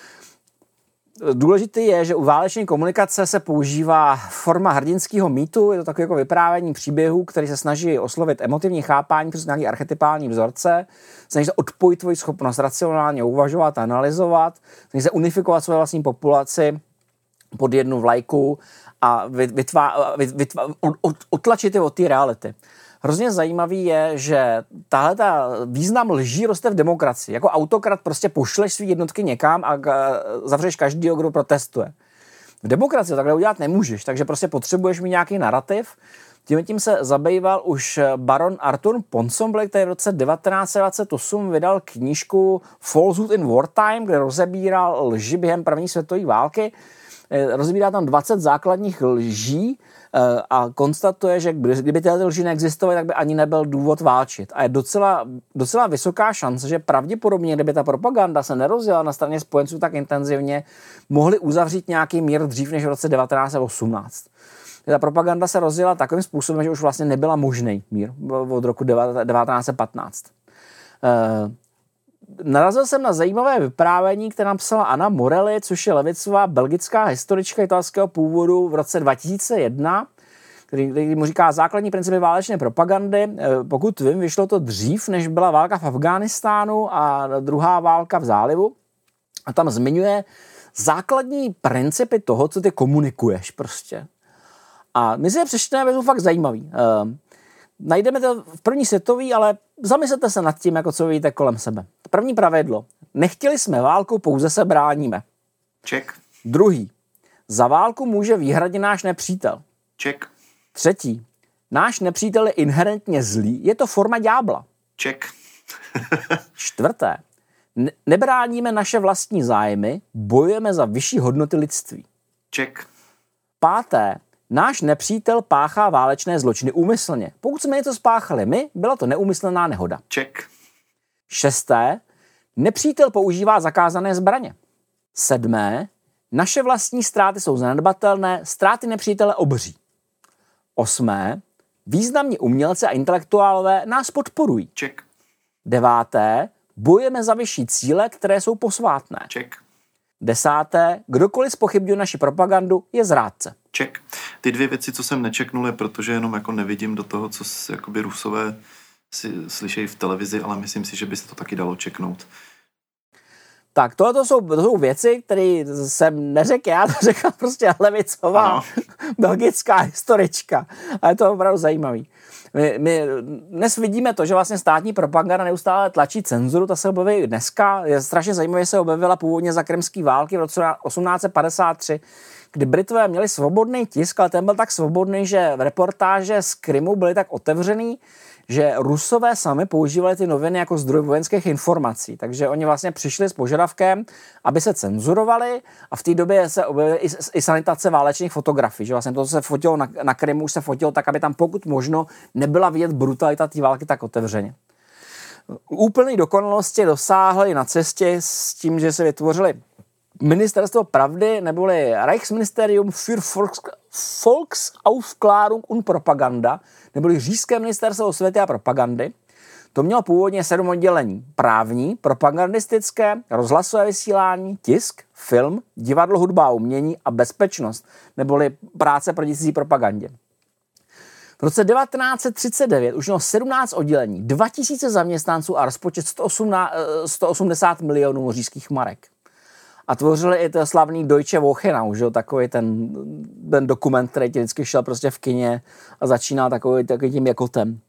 Důležité je, že u váleční komunikace se používá forma hrdinského mýtu, je to takové jako vyprávění příběhů, který se snaží oslovit emotivní chápání přes nějaký archetypální vzorce, snaží se odpojit tvoji schopnost racionálně uvažovat, analyzovat, snaží se unifikovat svou vlastní populaci pod jednu vlajku a vytvá, vytvá, od, otlačit je od té reality. Hrozně zajímavý je, že tahle ta význam lží roste v demokracii. Jako autokrat prostě pošleš svý jednotky někam a zavřeš každýho, kdo protestuje. V demokracii takhle udělat nemůžeš, takže prostě potřebuješ mít nějaký narrativ. Tím tím se zabýval už baron Arthur Ponsonby, který v roce devatenáct set dvacet osm vydal knížku Falsehood in Wartime, kde rozebíral lži během první světové války. Rozebírá tam dvacet základních lží a konstatuje, že kdyby tyhle lži neexistovaly, tak by ani nebyl důvod válčit. A je docela, docela vysoká šance, že pravděpodobně, kdyby ta propaganda se nerozjela na straně spojenců tak intenzivně, mohli uzavřít nějaký mír dřív než v roce devatenáct set osmnáct. Ta propaganda se rozjela takovým způsobem, že už vlastně nebyla možný mír od roku devatenáct set patnáct. Narazil jsem na zajímavé vyprávění, které napsala Anna Morelli, což je levicová belgická historička italského původu v roce dva tisíce jedna, který, který mu říká základní principy válečné propagandy. Pokud vím, vyšlo to dřív, než byla válka v Afghánistánu a druhá válka v zálivu. A tam zmiňuje základní principy toho, co ty komunikuješ prostě. A my si je přečteme, že jsou fakt zajímavý. Najdeme to v první světový, ale zamyslete se nad tím, jako co vidíte kolem sebe. První pravidlo. Nechtěli jsme válku, pouze se bráníme. Check. Druhý. Za válku může výhradně náš nepřítel. Check. Třetí. Náš nepřítel je inherentně zlý, je to forma ďábla. Check. Čtvrté. Ne- nebráníme naše vlastní zájmy, bojujeme za vyšší hodnoty lidství. Check. Páté. Náš nepřítel páchá válečné zločiny úmyslně. Pokud jsme něco spáchali my, byla to neúmyslná nehoda. Check. Šesté. Nepřítel používá zakázané zbraně. Sedmé. Naše vlastní ztráty jsou zanedbatelné, ztráty nepřítele obří. Osmé. Významní umělci a intelektuálové nás podporují. Check. Deváté. Bojujeme za vyšší cíle, které jsou posvátné. Check. Desáté. Kdokoliv zpochybňuje naši propagandu, je zrádce. Check. Ty dvě věci, co jsem nečeknul, je protože jenom jako nevidím do toho, co jakoby Rusové si slyšejí v televizi, ale myslím si, že by se to taky dalo čeknout. Tak tohle to jsou, to jsou věci, které jsem neřekl já, to řekla prostě levicová ano. belgická historička. A je to opravdu zajímavý. My, my dnes vidíme to, že vlastně státní propaganda neustále tlačí cenzuru, ta se objeví i dneska. Je strašně zajímavé, že se objevila původně za krymský války v roce osmnáct set padesát tři, kdy Britové měli svobodný tisk, ale ten byl tak svobodný, že reportáže z Krymu byly tak otevřený, že Rusové sami používali ty noviny jako zdroj vojenských informací. Takže oni vlastně přišli s požadavkem, aby se cenzurovali a v té době se objevily i, i sanitace válečných fotografií. Že vlastně to, co se fotilo na, na Krymu, už se fotilo tak, aby tam pokud možno nebyla vidět brutalita té války tak otevřeně. Úplné dokonalosti dosáhli na cestě s tím, že se vytvořili Ministerstvo pravdy neboli Reichsministerium für Volksaufklärung und Propaganda, neboli Říšské ministerstvo osvěty a propagandy. To mělo původně sedm oddělení. Právní, propagandistické, rozhlasové vysílání, tisk, film, divadlo, hudba a umění a bezpečnost, neboli práce proti cizí propagandě. V roce devatenáct set třicet devět už mělo sedmnáct oddělení, dva tisíce zaměstnanců a rozpočet sto osmdesát milionů říšských marek. A tvořili i to slavný Deutsche Wochenau, že jo, takový ten, ten dokument, který ti vždycky šel prostě v kině a začínal takový, takový tím jakotem.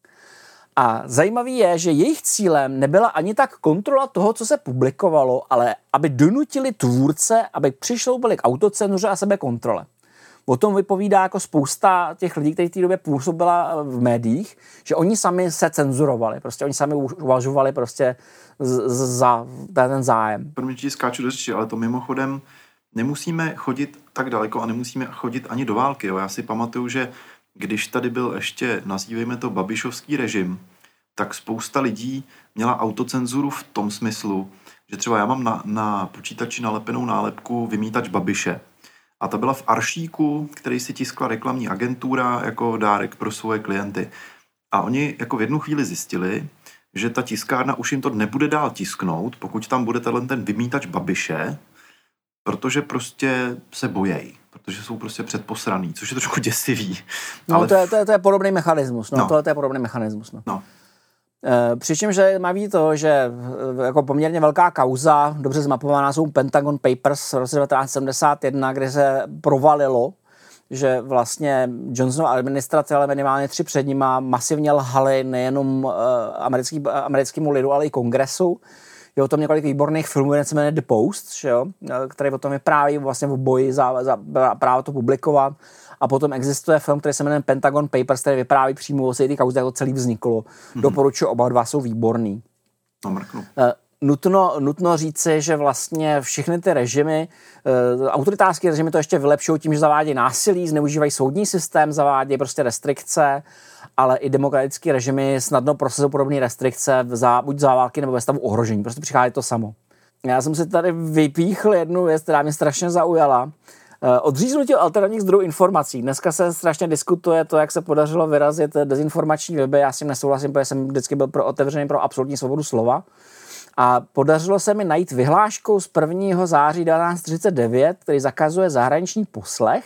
A zajímavý je, že jejich cílem nebyla ani tak kontrola toho, co se publikovalo, ale aby donutili tvůrce, aby přišloupili k autocenzuře a sebekontrole. O tom vypovídá jako spousta těch lidí, kteří v té době působila v médiích, že oni sami se cenzurovali, prostě oni sami uvažovali prostě z, z, za ten zájem. Pro mě ti skáču do řeči, ale to mimochodem nemusíme chodit tak daleko a nemusíme chodit ani do války. Jo. Já si pamatuju, že když tady byl ještě, nazývejme to, babišovský režim, tak spousta lidí měla autocenzuru v tom smyslu, že třeba já mám na, na počítači nalepenou nálepku vymítač Babiše. A ta byla v aršíku, který si tiskla reklamní agentura jako dárek pro svoje klienty. A oni jako v jednu chvíli zjistili, že ta tiskárna už jim to nebude dál tisknout, pokud tam bude tenhle ten vymítač Babiše, protože prostě se bojejí, protože jsou prostě předposraný, což je trošku děsivý. No ale to, je, to, je, to je podobný mechanismus, no, no. To, to je podobný mechanismus, no. no. Přičemž že má ví to, že jako poměrně velká kauza, dobře zmapovaná, jsou Pentagon Papers v roce devatenáct set sedmdesát jedna, kde se provalilo, že vlastně Johnsonova administrace, ale minimálně tři před nima masivně lhali nejenom americký, americkému lidu, ale i kongresu. Je o tom několik výborných filmů, jeden se jmenuje The Post, že jo, který o tom vypráví vlastně v boji za, za právo to publikovat. A potom existuje film, který se jmenuje Pentagon Papers, který vypráví přímo o té kauze, jak to celé vzniklo. Mm-hmm. Doporučuji, oba dva jsou výborný. No, mrknu. Nutno, nutno říci, že vlastně všechny ty režimy, autoritářské režimy to ještě vylepšují tím, že zavádějí násilí, zneužívají soudní systém, zavádějí prostě restrikce, ale i demokratické režimy snadno prosazují podobné restrikce za, buď za války nebo ve stavu ohrožení. Prostě přichází to samo. Já jsem si tady vypíchl jednu věc, která mě strašně zaujala. Odříznutí alternativních zdrojů informací. Dneska se strašně diskutuje to, jak se podařilo vyrazit dezinformační weby. Já s tím nesouhlasím, protože jsem vždycky byl pro otevřený pro absolutní svobodu slova. A podařilo se mi najít vyhlášku z prvního září devatenáct set třicet devět, který zakazuje zahraniční poslech.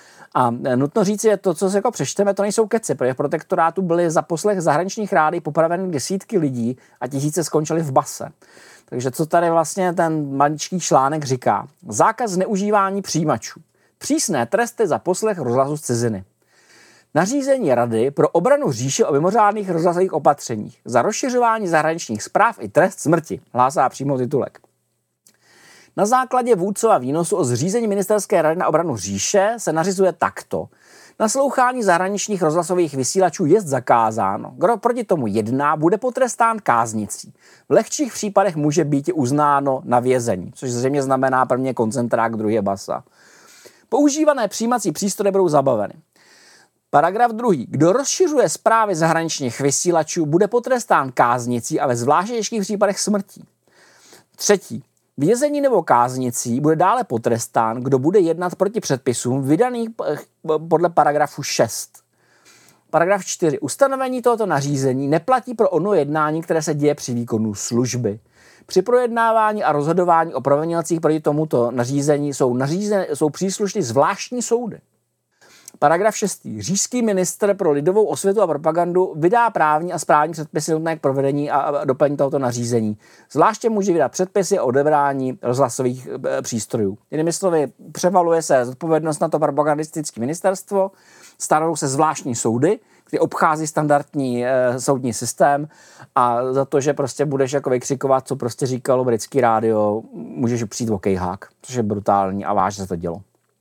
A nutno říct, že to, co se jako přečteme, to nejsou keci, protože v protektorátu byly za poslech zahraničních rádií popraveny desítky lidí a tisíce skončily v base. Takže co tady vlastně ten maličký článek říká? Zákaz zneužívání přijímačů. Přísné tresty za poslech rozhlasu z ciziny. Nařízení Rady pro obranu říše o mimořádných rozhlasových opatřeních. Za rozšiřování zahraničních zpráv i trest smrti, hlásá přímo titulek. Na základě Woodsova výnosu o zřízení ministerské rady na obranu říše se nařizuje takto. Naslouchání zahraničních rozhlasových vysílačů je zakázáno. Kdo proti tomu jedná, bude potrestán káznicí. V lehčích případech může být uznáno na vězení, což zřejmě znamená prvně koncentrák, druhý basa. Používané přijímací přístroje budou zabaveny. Paragraf druhý. Kdo rozšiřuje zprávy zahraničních vysílačů, bude potrestán káznicí a ve zvláště těžkých případech smrtí. Třetí. Vězení nebo káznicí bude dále potrestán, kdo bude jednat proti předpisům vydaných podle paragrafu šest. Paragraf čtyři. Ustanovení tohoto nařízení neplatí pro ono jednání, které se děje při výkonu služby. Při projednávání a rozhodování o provinělcích proti tomuto nařízení jsou, nařízen, jsou příslušny zvláštní soudy. Paragraf šestý. Říšský ministr pro lidovou osvětu a propagandu vydá právní a správní předpisy nutné k provedení a doplnění tohoto nařízení. Zvláště může vydat předpisy o odebrání rozhlasových e, přístrojů. Jinými slovy, převaluje se zodpovědnost na to propagandistické ministerstvo, stanovují se zvláštní soudy, který obchází standardní e, soudní systém a za to, že prostě budeš jako vykřikovat, co prostě říkalo britský rádio, můžeš přijít o kejhák, což je brutální a vážně se to dělo.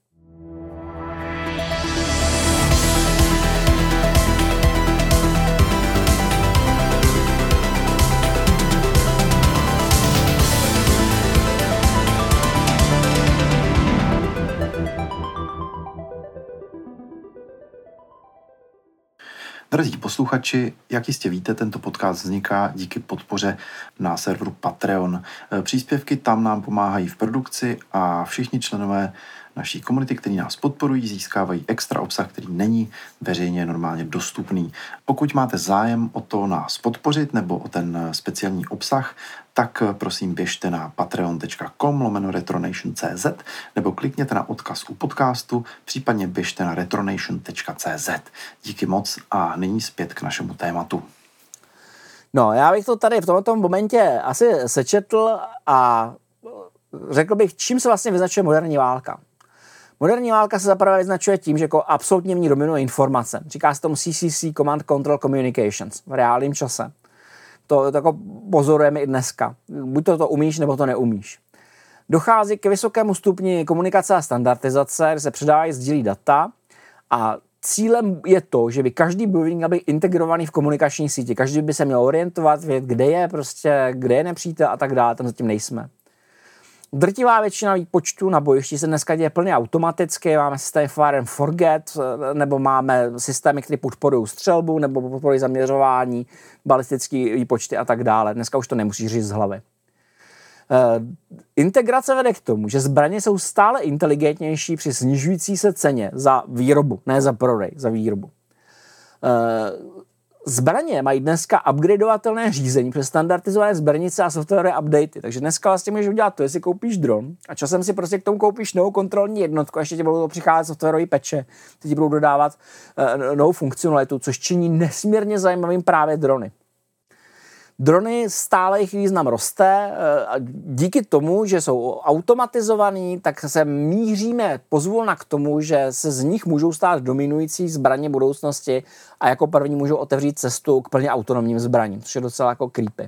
Drazí posluchači, jak jistě víte, tento podcast vzniká díky podpoře na serveru Patreon. Příspěvky tam nám pomáhají v produkci a všichni členové naší komunity, kteří nás podporují, získávají extra obsah, který není veřejně normálně dostupný. Pokud máte zájem o to nás podpořit nebo o ten speciální obsah, tak prosím běžte na patreon tečka com lomeno retronation tečka cz nebo klikněte na odkaz u podcastu, případně běžte na retronation tečka cz. Díky moc a nyní zpět k našemu tématu. No, já bych to tady v tomto momentě asi sečetl a řekl bych, čím se vlastně vyznačuje moderní válka. Moderní válka se zaprvé vyznačuje tím, že jako absolutně v ní dominuje informace. Říká se tomu C C C, Command Control Communications, v reálném čase. To, to jako pozorujeme i dneska. Buď to, to umíš, nebo to neumíš. Dochází k vysokému stupni komunikace a standardizace, kde se předávají, sdílí data a cílem je to, že by každý bojovník měl být integrovaný v komunikační síti. Každý by se měl orientovat, vědět, kde je prostě, kde je nepřítel a tak dále. Tam zatím nejsme. Drtivá většina výpočtů na bojišti se dneska děje plně automaticky. Máme systém Fire and Forget, nebo máme systémy, které podporují střelbu, nebo podporují zaměřování, balistické výpočty a tak dále. Dneska už to nemusíš říct z hlavy. Uh, integrace vede k tomu, že zbraně jsou stále inteligentnější při snižující se ceně za výrobu, ne za prodej, za výrobu. Uh, Zbraně mají dneska upgradeovatelné řízení přes standardizované zbranice a softwarové updaty. Takže dneska vlastně můžeš udělat to, jestli koupíš dron a časem si prostě k tomu koupíš novou kontrolní jednotku a ještě ti budou přicházet softwarové peče, ty ti budou dodávat uh, novou funkcionalitu, což činí nesmírně zajímavým právě drony. Drony stále jejich význam roste a díky tomu, že jsou automatizovaný, tak se míříme pozvolna k tomu, že se z nich můžou stát dominující zbraně budoucnosti a jako první můžou otevřít cestu k plně autonomním zbraním, což je docela jako creepy.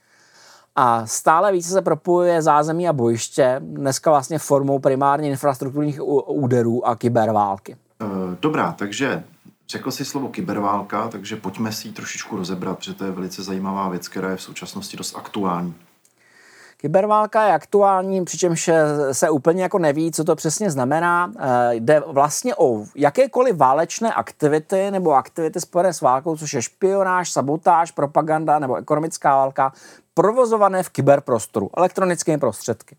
A stále více se propojuje zázemí a bojiště, dneska vlastně formou primárně infrastrukturních úderů a kyberválky. Dobrá, takže řekl jsi slovo kyberválka, takže pojďme si ji trošičku rozebrat, protože to je velice zajímavá věc, která je v současnosti dost aktuální. Kyberválka je aktuální, přičemž se úplně jako neví, co to přesně znamená. Jde vlastně o jakékoliv válečné aktivity nebo aktivity spojené s válkou, což je špionáž, sabotáž, propaganda nebo ekonomická válka, provozované v kyberprostoru, elektronickými prostředky.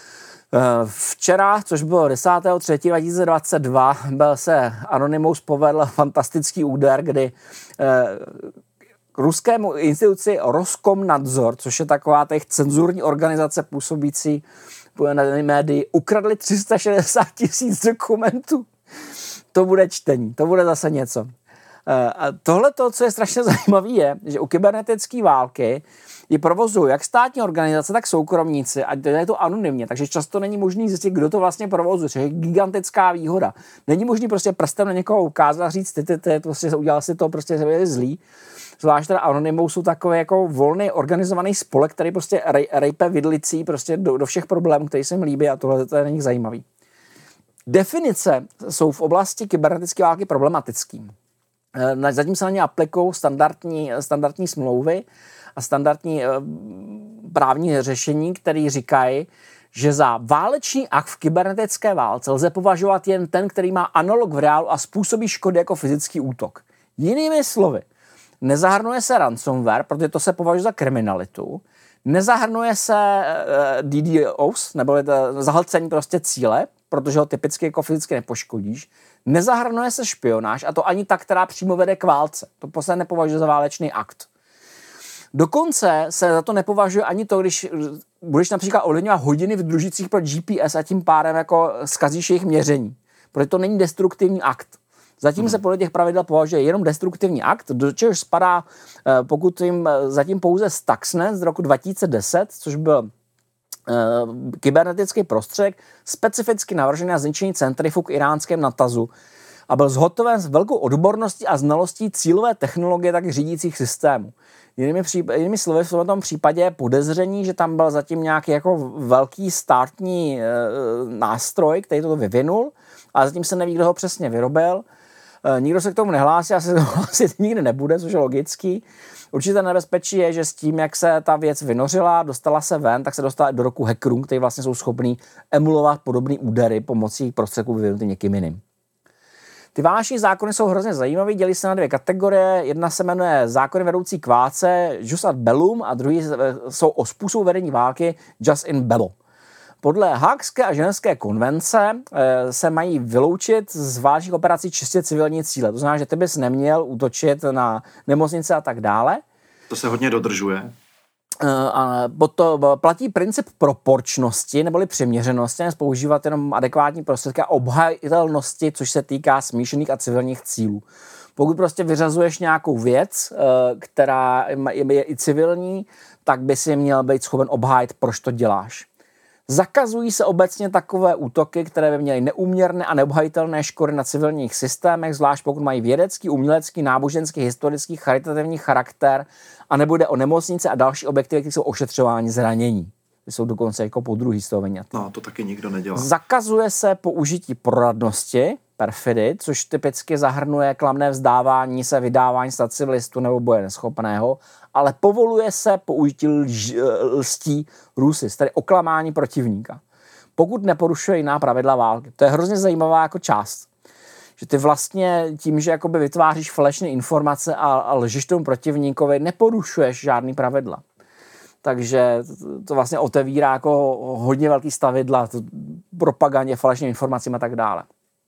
Včera, což bylo desátého třetího dva tisíce dvacet dva, byl se Anonymous povedl fantastický úder, kdy eh, ruskému instituci Roskomnadzor, což je taková těch cenzurní organizace působící na médii, ukradli tři sta šedesát tisíc dokumentů. To bude čtení, to bude zase něco. Eh, a tohle, co je strašně zajímavé, je, že u kybernetické války ji provozují jak státní organizace, tak soukromníci a je to anonymně, takže často není možný zjistit, kdo to vlastně provozuje, což je gigantická výhoda. Není možný prostě prstem na někoho ukázat a říct, ty, ty, ty, prostě udělal si to, prostě je zlý. Zvlášť teda Anonymous jsou takový jako volný organizovaný spolek, který prostě rej, rejpe vidlicí prostě do, do všech problémů, který se jim líbí a tohle to je na nich zajímavý. Definice jsou v oblasti kybernetické války problematický. Zatím se na ně aplikují standardní, standardní smlouvy a standardní e, právní řešení, které říkají, že za válečný akt v kybernetické válce lze považovat jen ten, který má analog v reálu a způsobí škody jako fyzický útok. Jinými slovy, nezahrnuje se ransomware, protože to se považuje za kriminalitu, nezahrnuje se e, D DDoS, nebo zahlcení prostě cíle, protože ho typicky jako fyzicky nepoškodíš, nezahrnuje se špionáž a to ani ta, která přímo vede k válce. To prostě nepovažuje za válečný akt. Dokonce se za to nepovažuje ani to, když budeš například ovlivňovat hodiny v družicích pro G P S a tím pádem jako zkazíš jejich měření. Protože to není destruktivní akt. Zatím hmm. se podle těch pravidel považuje jenom destruktivní akt, do čehož spadá, pokud jim zatím pouze Stuxnet z roku dva tisíce deset, což byl kybernetický prostředek specificky navržený na zničení centrifug iránském Natazu a byl zhotoven s velkou odborností a znalostí cílové technologie, tak i řídících systémů. Jinými, příp- jinými slovy, v tom případě je podezření, že tam byl zatím nějaký jako velký startní e, nástroj, který to vyvinul, ale zatím se neví, kdo ho přesně vyrobil. E, nikdo se k tomu nehlásí, asi to hlásit nikdy nebude, což je logický. Určitě nebezpečí je, že s tím, jak se ta věc vynořila, dostala se ven, tak se dostala do ruku hackerům, kteří vlastně jsou schopní emulovat podobné údery pomocí prostředků vyvinutých někým jiným. Ty vánoční zákony jsou hrozně zajímavé, dělí se na dvě kategorie. Jedna se jmenuje zákony vedoucí k válce, Jus ad bellum, a druhý jsou o způsobu vedení války, Jus in bello. Podle Haagské a Ženevské konvence se mají vyloučit z válečných operací čistě civilní cíle. To znamená, že ty bys neměl útočit na nemocnice a tak dále. To se hodně dodržuje. A to platí princip proporčnosti neboli přiměřenosti, než používat jenom adekvátní prostředky a obhajitelnosti, což se týká smíšených a civilních cílů. Pokud prostě vyřazuješ nějakou věc, která je i civilní, tak by si měl být schopen obhájit, proč to děláš. Zakazují se obecně takové útoky, které by měly neúměrné a neobhajitelné škody na civilních systémech, zvlášť pokud mají vědecký, umělecký, náboženský, historický, charitativní charakter a nebude o nemocnice a další objekty, které jsou ošetřováni zranění. Ty jsou dokonce jako podruhý z toho vyňatý. No, to taky nikdo nedělá. Zakazuje se použití proradnosti, perfidy, což typicky zahrnuje klamné vzdávání se, vydávání za civilistu nebo boje neschopného, ale povoluje se použití lž, lstí rusis, tedy oklamání protivníka. Pokud neporušuje jiná pravidla války. To je hrozně zajímavá jako část. Že ty vlastně tím, že jakoby vytváříš falešné informace a, a lžíš tomu protivníkovi, neporušuješ žádný pravidla. Takže to vlastně otevírá jako hodně velký stavidla propagandě, falešným informacím a tak dále.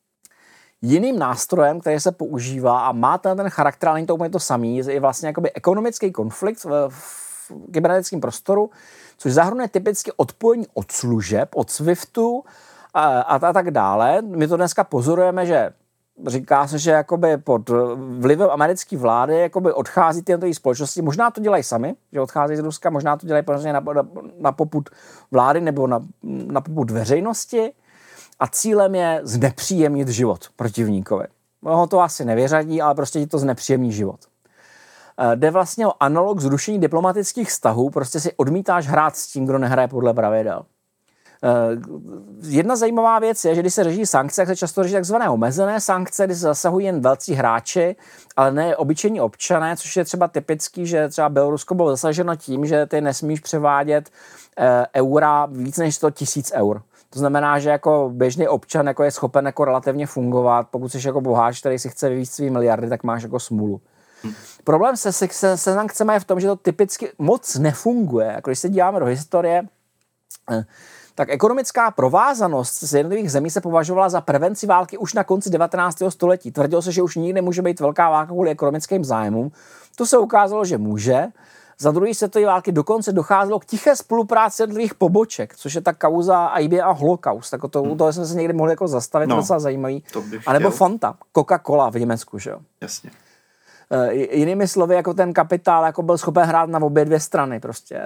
Jiným nástrojem, který se používá a má ten, ten charakter, ale není to úplně to samý, je vlastně jakoby ekonomický konflikt v, v kybernetickém prostoru, což zahrnuje typicky odpojení od služeb, od SWIFTu a, a, a tak dále. My to dneska pozorujeme, že říká se, že jakoby pod vlivem americké vlády jakoby odchází ty jednotlivé společnosti. Možná to dělají sami, že odcházejí z Ruska, možná to dělají na, na, na popud vlády nebo na, na popud veřejnosti. A cílem je znepříjemnit život protivníkovi. Ho to asi nevyřadí, ale prostě ti to znepříjemní život. Jde vlastně o analog zrušení diplomatických vztahů, prostě si odmítáš hrát s tím, kdo nehraje podle pravidel. Jedna zajímavá věc je, že když se řeší sankce, tak se často řeší takzvané omezené sankce, kdy se zasahují jen velcí hráči, ale ne obyčejní občané, což je třeba typický, že třeba Bělorusko bylo zasaženo tím, že ty nesmíš převádět eura víc než sto tisíc eur. To znamená, že jako běžný občan jako je schopen jako relativně fungovat. Pokud jsi jako boháč, který si chce vyvíjet svý miliardy, tak máš jako smůlu. Hmm. Problém se, se, se, se sankcemi je v tom, že to typicky moc nefunguje. Jako když se díváme do historie, tak ekonomická provázanost z jednotlivých zemí se považovala za prevenci války už na konci devatenáctého století. Tvrdilo se, že už nikdy nemůže být velká válka kvůli ekonomickým zájmům. To se ukázalo, že může. Za druhé světové války dokonce docházelo k tiché spolupráci jednotlivých poboček, což je ta kauza I B M a holokaust. Tak to, hmm. to jsme se někdy mohli jako zastavit, no, docela zajímavý. A nebo Fanta, Coca-Cola v Německu, že jo? Jasně. Uh, jinými slovy, jako ten kapitál jako byl schopen hrát na obě dvě strany. Prostě.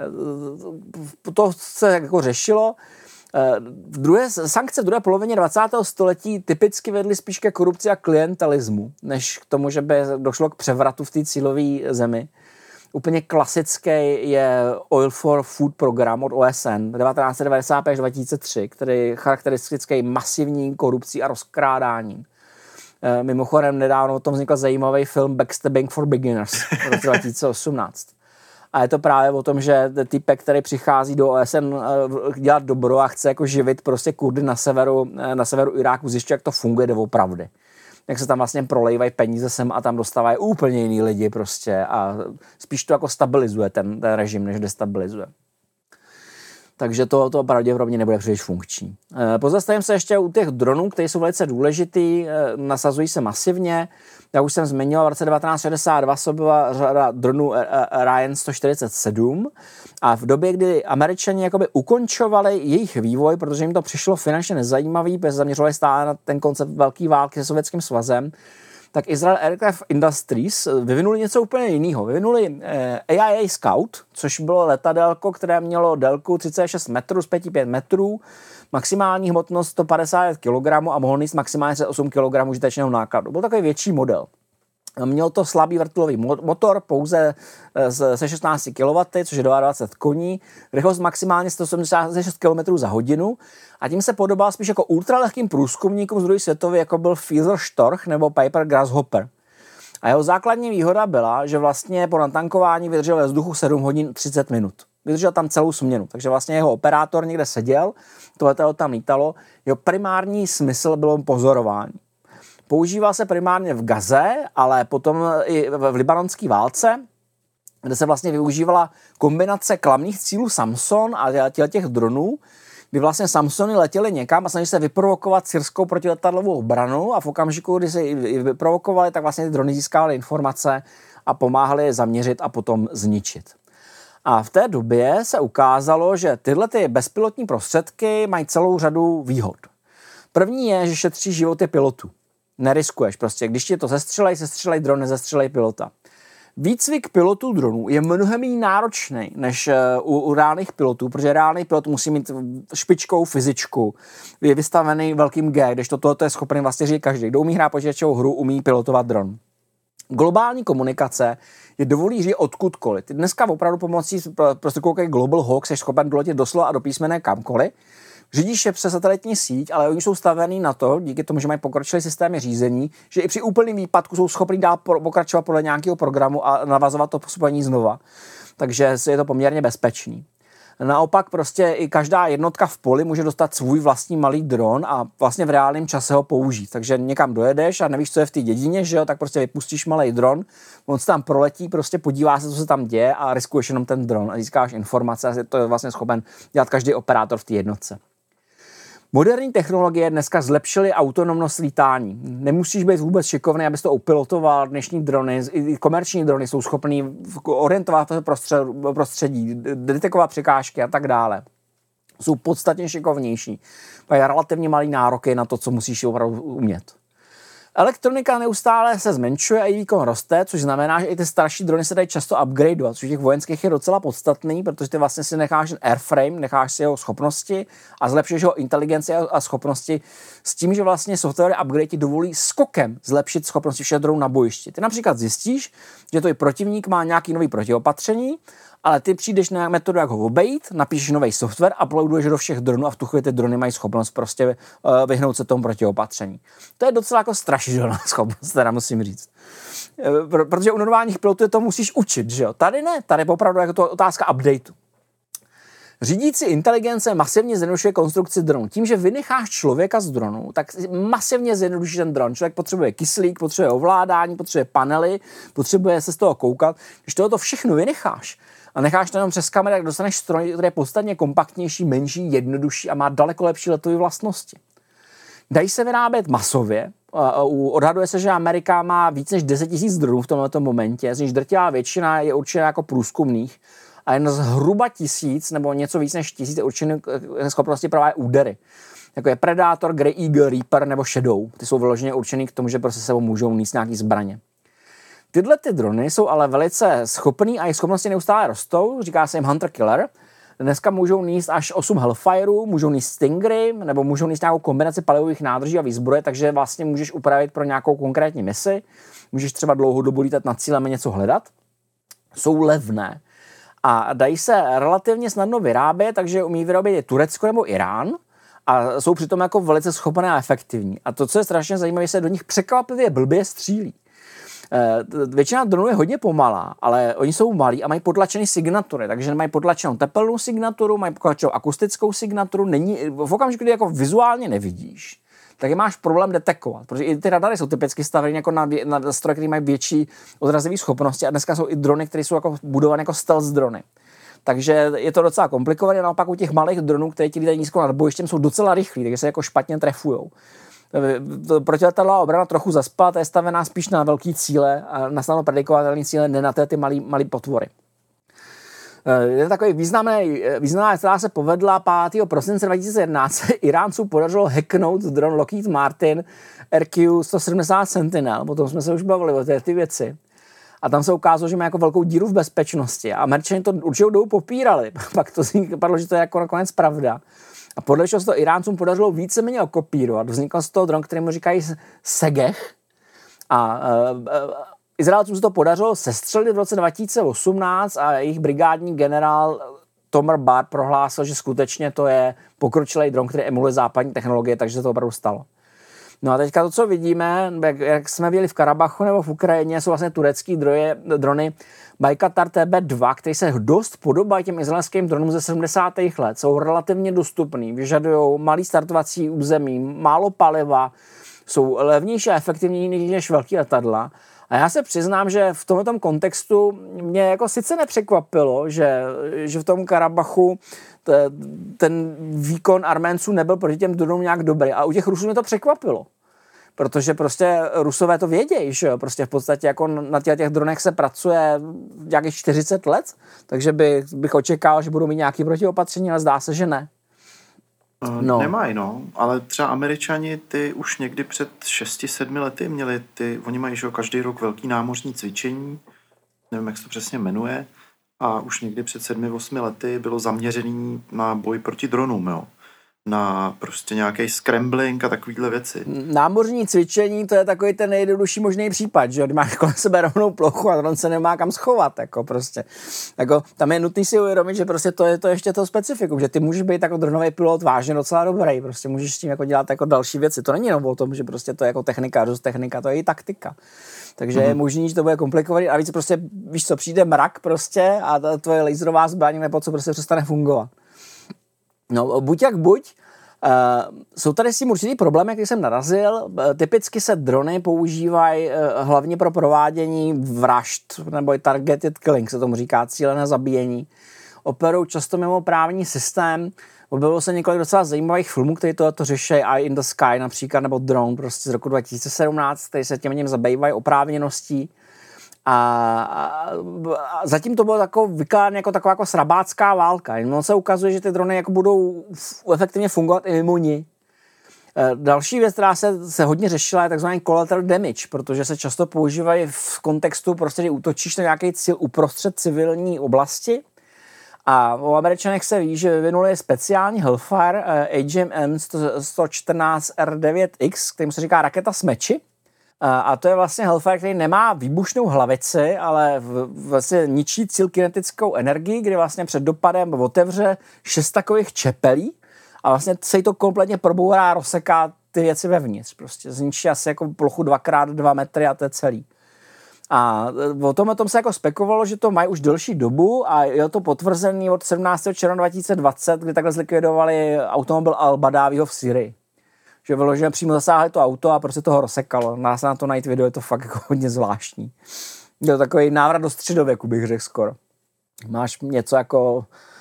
To se jako řešilo. Uh, druhé, sankce v druhé polovině dvacátého století typicky vedly spíš ke korupci a klientelismu, než k tomu, že by došlo k převratu v té cílové zemi. Úplně klasický je Oil for Food program od O S N devatenáct set devadesát pět až dva tisíce tři, který je charakteristický masivní korupcí a rozkrádáním. E, mimochodem nedávno o tom vznikl zajímavý film Backstabbing for Beginners v roce dva tisíce osmnáct. A je to právě o tom, že typek, který přichází do O S N dělat dobro a chce jako živit prostě Kurdy na severu, na severu Iráku, zjišťuje, jak to funguje doopravdy. Jak se tam vlastně prolejvají peníze sem a tam dostávají úplně jiný lidi prostě a spíš to jako stabilizuje ten, ten režim, než destabilizuje. Takže to, to pravděpodobně nebude příliš funkční. E, pozastavím se ještě u těch dronů, které jsou velice důležitý, e, nasazují se masivně. Jak už jsem zmiňoval, v roce devatenáct set šedesát dva se byla řada dronů Ryan sto čtyřicet sedm a v době, kdy Američani jakoby ukončovali jejich vývoj, protože jim to přišlo finančně nezajímavý, protože zaměřovali stále na ten koncept velké války se Sovětským svazem, tak Israel Aircraft Industries vyvinuli něco úplně jiného. Vyvinuli A I A Scout, což bylo letadelko, které mělo délku třicet šest metrů z pět pět metrů, maximální hmotnost sto padesát kilogramů a mohl nést maximálně osm kilogramů užitečného nákladu. Byl takový větší model. Měl to slabý vrtulový motor, pouze se šestnácti kilowattů, což je dvacet dva koní, rychlost maximálně sto sedmdesát šest kilometrů za hodinu a tím se podobal spíš jako ultralehkým průzkumníkům z druhé světové, jako byl Feather Storch nebo Piper Grasshopper. A jeho základní výhoda byla, že vlastně po natankování vydržel ve vzduchu sedm hodin třicet minut. Vydržel tam celou směnu, takže vlastně jeho operátor někde seděl, to letadlo tam lítalo, jeho primární smysl bylo pozorování. Používal se primárně v Gaze, ale potom i v libanonské válce, kde se vlastně využívala kombinace klamných cílů Samson a těch dronů, kdy vlastně Samsony letěly někam a snažili se vyprovokovat syrskou protiletadlovou obranu a v okamžiku, kdy se ji vyprovokovali, tak vlastně ty drony získávaly informace a pomáhali je zaměřit a potom zničit. A v té době se ukázalo, že tyhle ty bezpilotní prostředky mají celou řadu výhod. První je, že šetří životy pilotů. Neriskuješ prostě. Když ti to sestřelej, sestřelej dron, nezestřelej pilota. Výcvik pilotů dronů je mnohem méně náročný než u, u reálných pilotů, protože reálný pilot musí mít špičkou fyzičku, je vystavený velkým G, když to tohle je schopný vlastně říct každý. Kdo umí hrát počítačovou hru, umí pilotovat dron. Globální komunikace je dovolí říct odkudkoliv. Ty dneska opravdu pomocí prostě koukej Global Hawk jsi schopen doletět doslova a do písmene kamkoliv. Řídíš je přes satelitní síť, ale oni jsou stavený na to, díky tomu, že mají pokročilé systémy řízení, že i při úplném výpadku jsou schopni dál pokračovat podle nějakého programu a navazovat to spojení znova. Takže je to poměrně bezpečný. Naopak prostě i každá jednotka v poli může dostat svůj vlastní malý dron a vlastně v reálném čase ho použít. Takže někam dojedeš a nevíš, co je v té dědině, že jo, tak prostě vypustíš malý dron, on se tam proletí, prostě podívá se, co se tam děje a riskuješ jenom ten dron a získáš informace a to je vlastně schopen dělat každý operátor v té jednotce. Moderní technologie dneska zlepšily autonomnost lítání. Nemusíš být vůbec šikovný, abys to upilotoval. Dnešní drony, i komerční drony jsou schopný orientovat prostředí, detekovat překážky a tak dále. Jsou podstatně šikovnější. Mají relativně malý nároky na to, co musíš opravdu umět. Elektronika neustále se zmenšuje a její výkon roste, což znamená, že i ty starší drony se dají často upgradeovat, což těch vojenských je docela podstatný, protože ty vlastně si necháš ten airframe, necháš si jeho schopnosti a zlepšíš jeho inteligenci a schopnosti s tím, že vlastně software upgrade ti dovolí skokem zlepšit schopnosti všech dronů na bojišti. Ty například zjistíš, že tvůj protivník má nějaký nový protiopatření, ale ty přijdeš na metodu, jak ho obejít, napíšeš nový software, uploaduješ do všech dronů a v tu chvíli ty drony mají schopnost prostě uh, vyhnout se tomu protiopatření. To je docela jako strašidelná schopnost, teda musím říct. Uh, pro, protože u normálních pilotů to musíš učit, že jo? Tady ne, tady je opravdu jako to otázka updateu. Řídící inteligence masivně zjednodušuje konstrukci dronu. Tím, že vynecháš člověka z dronu, tak masivně zjednoduší ten dron. Člověk potřebuje kyslík, potřebuje ovládání, potřebuje panely, potřebuje se z toho koukat. Když tohoto všechno vynecháš a necháš to jenom přes kameru, tak dostaneš stroj, který je podstatně kompaktnější, menší, jednodušší a má daleko lepší letové vlastnosti. Dají se vyrábět masově. Odhaduje se, že Amerika má víc než deset tisíc dronů v tomto momentě, z nichž drtivá většina je určena jako průzkumných. A jen zhruba tisíc nebo něco víc než tisíc je určený schopnosti právě údery. Jako je Predator, Grey Eagle, Reaper nebo Shadow. Ty jsou vyloženě určený k tomu, že prostě sebou můžou nést nějaký zbraně. Tyhle ty drony jsou ale velice schopný a jejich schopnosti neustále rostou. Říká se jim Hunter Killer. Dneska můžou nést až osm Hellfireů, můžou nést Stingray, nebo můžou nést nějakou kombinaci palivových nádrží a výzbroje, takže vlastně můžeš upravit pro nějakou konkrétní misi. Můžeš třeba dlouhou dobu lítat nad cílem a něco hledat. Jsou levné. A dají se relativně snadno vyrábět, takže umí vyrábět i Turecko nebo Irán a jsou přitom jako velice schopné a efektivní. A to, co je strašně zajímavé, se do nich překvapivě blbě střílí. Většina dronů je hodně pomalá, ale oni jsou malí a mají potlačené signatury, takže mají potlačenou tepelnou signaturu, mají potlačenou akustickou signaturu, není, v okamžiku, kdy jako vizuálně nevidíš, tak je máš problém detekovat, protože i ty radary jsou typicky stavěny jako na, na stroje, které mají větší odrazové schopnosti a dneska jsou i drony, které jsou jako budované jako stealth drony. Takže je to docela komplikované, naopak u těch malých dronů, které ti lítají nízko nad bojištěm, jsou docela rychlí, takže se jako špatně trefujou. Protiletadlová obrana trochu zaspala, ta je stavená spíš na velký cíle a na snadno predikovatelné cíle, ne na té ty malý, malý potvory. Je takový významný, významná, která se povedla pátého prosince dva tisíce jedenáct. Iráncům podařilo hacknout dron Lockheed Martin R Q sto sedmdesát Sentinel, potom jsme se už bavili o té ty věci. A tam se ukázalo, že má jako velkou díru v bezpečnosti. A Američané to určitě jdou popírali. Pak to padlo, že to je jako nakonec pravda. A podle čeho se to Iráncům podařilo víceméně okopírovat. Vznikl z toho dron, kterému říkají Segech. A uh, uh, Izraelcům se to podařilo sestřelit v roce dva tisíce osmnáct a jejich brigádní generál Tomer Bar prohlásil, že skutečně to je pokročilý dron, který emuluje západní technologie, takže se to opravdu stalo. No a teďka to, co vidíme, jak, jak jsme viděli v Karabachu nebo v Ukrajině, jsou vlastně turecký droje, drony Bayraktar T B dva, které se dost podobají těm izraelským dronům ze sedmdesátých let. Jsou relativně dostupný, vyžadují malý startovací území, málo paliva, jsou levnější a efektivnější než velký letadla. A já se přiznám, že v tomto kontextu mě jako sice nepřekvapilo, že, že v tom Karabachu t, ten výkon Arménců nebyl proti těm dronům nějak dobrý. A u těch Rusů mě to překvapilo. Protože prostě Rusové to vědějí, že jo? Prostě v podstatě jako na těch, těch dronech se pracuje nějakých čtyřicet let, takže by, bych očekával, že budou mít nějaké protiopatření, ale zdá se, že ne. No. Nemají, no, ale třeba Američani ty už někdy před šesti sedmi lety měli ty, oni mají, že každý rok velký námořní cvičení, nevím, jak se to přesně jmenuje, a už někdy před sedmi osmi lety bylo zaměřený na boj proti dronům, jo. Na prostě nějaký scrambling a takovýhle věci. Námořní cvičení, to je takový ten nejjednodušší možný případ, že máš kolem sebe rovnou plochu a dron se nemá kam schovat, jako prostě. Jako, tam je nutný si uvědomit, že prostě to je to ještě to specifikum, že ty můžeš být jako dronový pilot vážně docela dobrý, prostě můžeš s tím jako dělat jako další věci. To není jenom o tom, že prostě to je jako technika, dost technika, to je i taktika. Takže mm-hmm. je možný, že to bude komplikovaný a víc prostě, víš co, přijde mrak prostě a ta tvoje laserová zbraň nebo co prostě přestane fungovat. No, buď jak buď, uh, jsou tady s tím určitý problémy, jaký jsem narazil. Uh, typicky se drony používají uh, hlavně pro provádění vražd, nebo targeted killing, se tomu říká, cílené zabíjení. Operují často mimo právní systém. Objevilo se několik docela zajímavých filmů, které tohleto řeší, Eye in the Sky například, nebo Drone prostě z roku dva tisíce sedmnáct, který se těm něm zabývají oprávněností. A, a, a zatím to bylo takový vykládané jako taková jako srabácká válka. Jenom se ukazuje, že ty drony jako budou efektivně fungovat i mimo ní. Další věc, která se, se hodně řešila, je takzvaný collateral damage, protože se často používají v kontextu, prostě, že útočíš na nějaký cíl uprostřed civilní oblasti. A o Američanech se ví, že vyvinuli speciální Hellfire A G M M sto čtrnáct R devět X, kterým se říká raketa s meči. A to je vlastně Hellfire, který nemá výbušnou hlavici, ale vlastně ničí cíl kinetickou energii, kdy vlastně před dopadem otevře šest takových čepelí a vlastně se jí to kompletně probourá a rozseká ty věci vevnitř. Prostě zničí asi jako plochu dva krát dva metry a to je celý. A o tom, o tom se jako spekulovalo, že to mají už delší dobu a je to potvrzený od sedmnáctého června dva tisíce dvacet, kdy takhle zlikvidovali automobil Al-Badawiho v Syrii. Že vyloženě přímo zasáhli to auto a prostě toho rozsekalo. Dá se na to najít video, je to fakt jako hodně zvláštní. Je to takový návrat do středověku, bych řekl skoro. Máš něco jako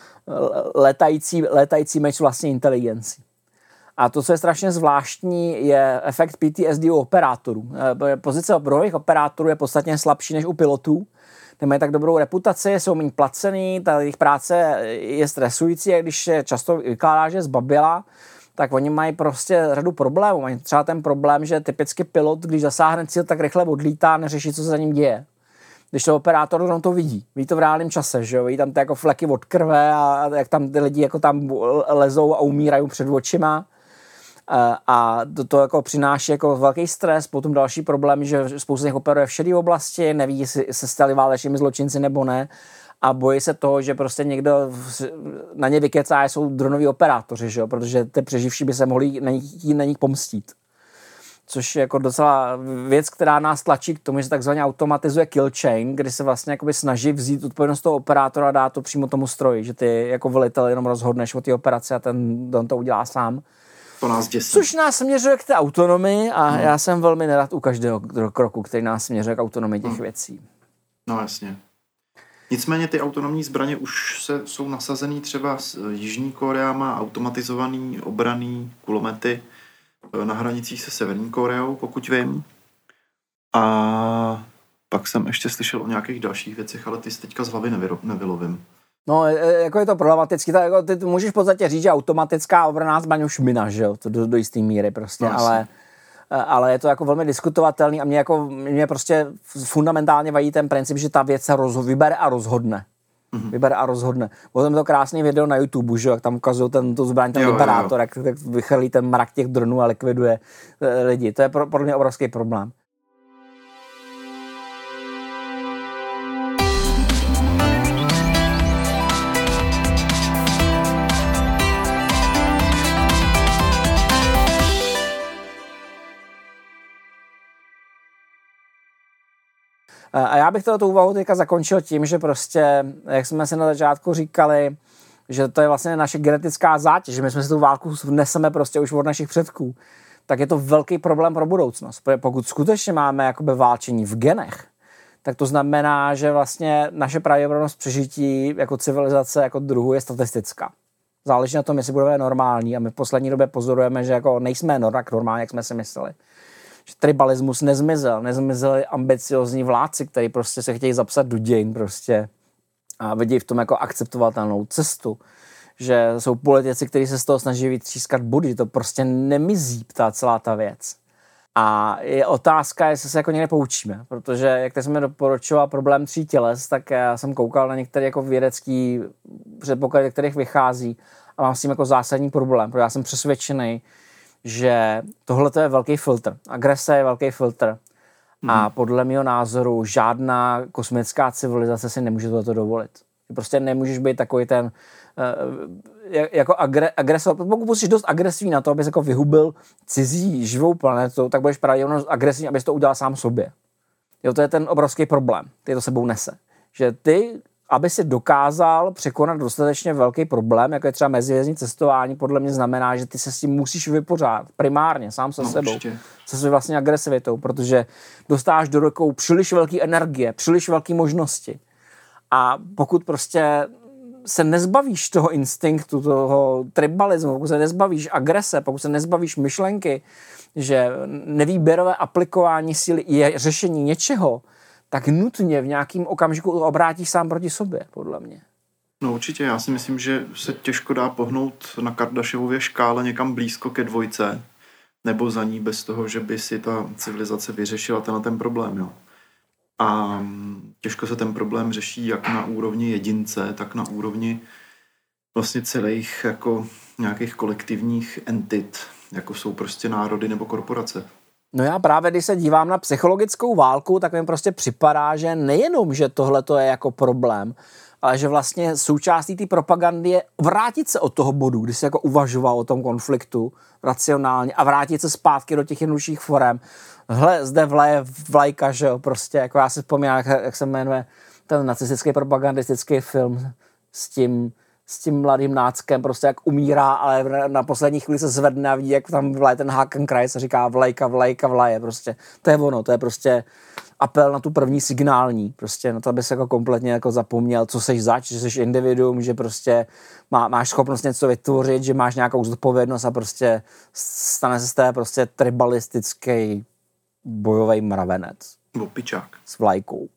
letající, letající meč vlastní inteligenci. A to, co je strašně zvláštní, je efekt P T S D u operátorů. Pozice dronových operátorů je podstatně slabší než u pilotů. Nemají tak dobrou reputaci, jsou méně placený, ta jejich práce je stresující a když se často vykládá, že je zbabělá, tak oni mají prostě řadu problémů. Mají třeba ten problém, že typicky pilot, když zasáhne cíl, tak rychle odlítá a neřeší, co se za ním děje. Když to operátor on to vidí. Ví to v reálném čase, že jo? Vidí tam ty jako fleky od krve a jak tam ty lidi jako tam lezou a umírají před očima. A to, to jako přináší jako velký stres. Potom další problém, že spousta z nich operuje v šedé oblasti, neví, jestli se stali válečnými zločinci nebo ne. A bojí se toho, že prostě někdo na ně vykecá, jsou dronoví operátoři, že jo? Protože ty přeživší by se mohli na nich, na nich pomstít. Což je jako docela věc, která nás tlačí k tomu, že se takzvaně automatizuje kill chain, kdy se vlastně jakoby snaží vzít odpovědnost toho operátora a dát to přímo tomu stroji, že ty jako velitel jenom rozhodneš o té operaci a ten on to udělá sám. To nás děsí. Což nás směřuje k té autonomii a hmm. já jsem velmi nerad u každého kroku, který nás směřuje k autonomii těch hmm. věcí. No jasně. Nicméně ty autonomní zbraně už se, jsou nasazený třeba s Jižní Korea, má automatizovaný obranný kulomety na hranicích se Severní Koreou, pokud vím. A pak jsem ještě slyšel o nějakých dalších věcech, ale ty si teďka z hlavy nevyro, nevylovím. No, jako je to problematický, tak jako ty můžeš v podstatě říct, že automatická obrana zbraň už mina, že jo, to do, do jistý míry prostě, no, ale, ale je to jako velmi diskutovatelný a mě jako, mě prostě fundamentálně vadí ten princip, že ta věc se rozho- vybere a rozhodne. Mm-hmm. Vybere a rozhodne. Potom je to krásný video na YouTube, že jo, jak tam ukazují ten, tu zbraň, ten jo, liberátor, jo, jo. jak vychrlí ten mrak těch dronů a likviduje lidi. To je pro, pro mě obrovský problém. A já bych tu úvahu teďka zakončil tím, že prostě, jak jsme si na začátku říkali, že to je vlastně naše genetická zátěž, že my jsme si tu válku vneseme prostě už od našich předků, tak je to velký problém pro budoucnost. Protože pokud skutečně máme jakoby válčení v genech, tak to znamená, že vlastně naše pravděpodobnost přežití jako civilizace, jako druhu je statistická. Záleží na tom, jestli budeme normální a my v poslední době pozorujeme, že jako nejsme tak normální, jak jsme si mysleli. Že tribalismus nezmizel, nezmizeli ambiciozní vládci, kteří prostě se chtějí zapsat do dějin prostě a vidí v tom jako akceptovatelnou cestu. Že jsou politici, kteří se z toho snaží vytřískat body, že to prostě nemizí ta celá ta věc. A je otázka, jestli se jako někde poučíme, protože jak teď jsme doporučoval problém tří těles, tak já jsem koukal na některé jako vědecký předpoklady, kterých vychází a mám s tím jako zásadní problém, protože já jsem přesvědčený, že tohle je velký filtr. Agrese je velký filtr. Mm. A podle mého názoru žádná kosmická civilizace si nemůže tohleto dovolit. Prostě nemůžeš být takový ten uh, jako agre, agresor. Pokud jsi dost agresivní na to, abys jako vyhubil cizí živou planetu, tak budeš pravděpodobně agresivní, abys to udělal sám sobě. Jo, to je ten obrovský problém, který to sebou nese. Že ty, aby si dokázal překonat dostatečně velký problém, jako je třeba mezihvězdní cestování, podle mě znamená, že ty se s tím musíš vypořádat primárně, sám se no, sebou, určitě. Se svou vlastní agresivitou, protože dostáváš do rukou příliš velké energie, příliš velké možnosti. A pokud prostě se nezbavíš toho instinktu, toho tribalismu, pokud se nezbavíš agrese, pokud se nezbavíš myšlenky, že nevýběrové aplikování síly je řešení něčeho, tak nutně v nějakým okamžiku obrátíš sám proti sobě, podle mě. No určitě, já si myslím, že se těžko dá pohnout na Kardashiově škále někam blízko ke dvojce, nebo za ní bez toho, že by si ta civilizace vyřešila tenhle ten problém, jo. A těžko se ten problém řeší jak na úrovni jedince, tak na úrovni vlastně celých jako nějakých kolektivních entit, jako jsou prostě národy nebo korporace. No já právě, když se dívám na psychologickou válku, tak mi prostě připadá, že nejenom, že tohle to je jako problém, ale že vlastně součástí té propagandy je vrátit se od toho bodu, kdy se jako uvažoval o tom konfliktu racionálně a vrátit se zpátky do těch jednodušších forem. Hle, zde vlaje vlajka, že jo, prostě, jako já si vzpomínám, jak, jak se jmenuje ten nacistický propagandistický film s tím, s tím mladým náckem, prostě jak umírá, ale na poslední chvíli se zvedne a vidí, jak tam vlaje ten Hakenkreuz a říká vlajka, vlajka, vlaje, prostě. To je ono, to je prostě apel na tu první signální, prostě na to, aby se jako kompletně jako zapomněl, co seš zač, že seš individuum, že prostě má, máš schopnost něco vytvořit, že máš nějakou zodpovědnost a prostě stane se z té prostě tribalistický bojový mravenec. Opičák. S vlajkou.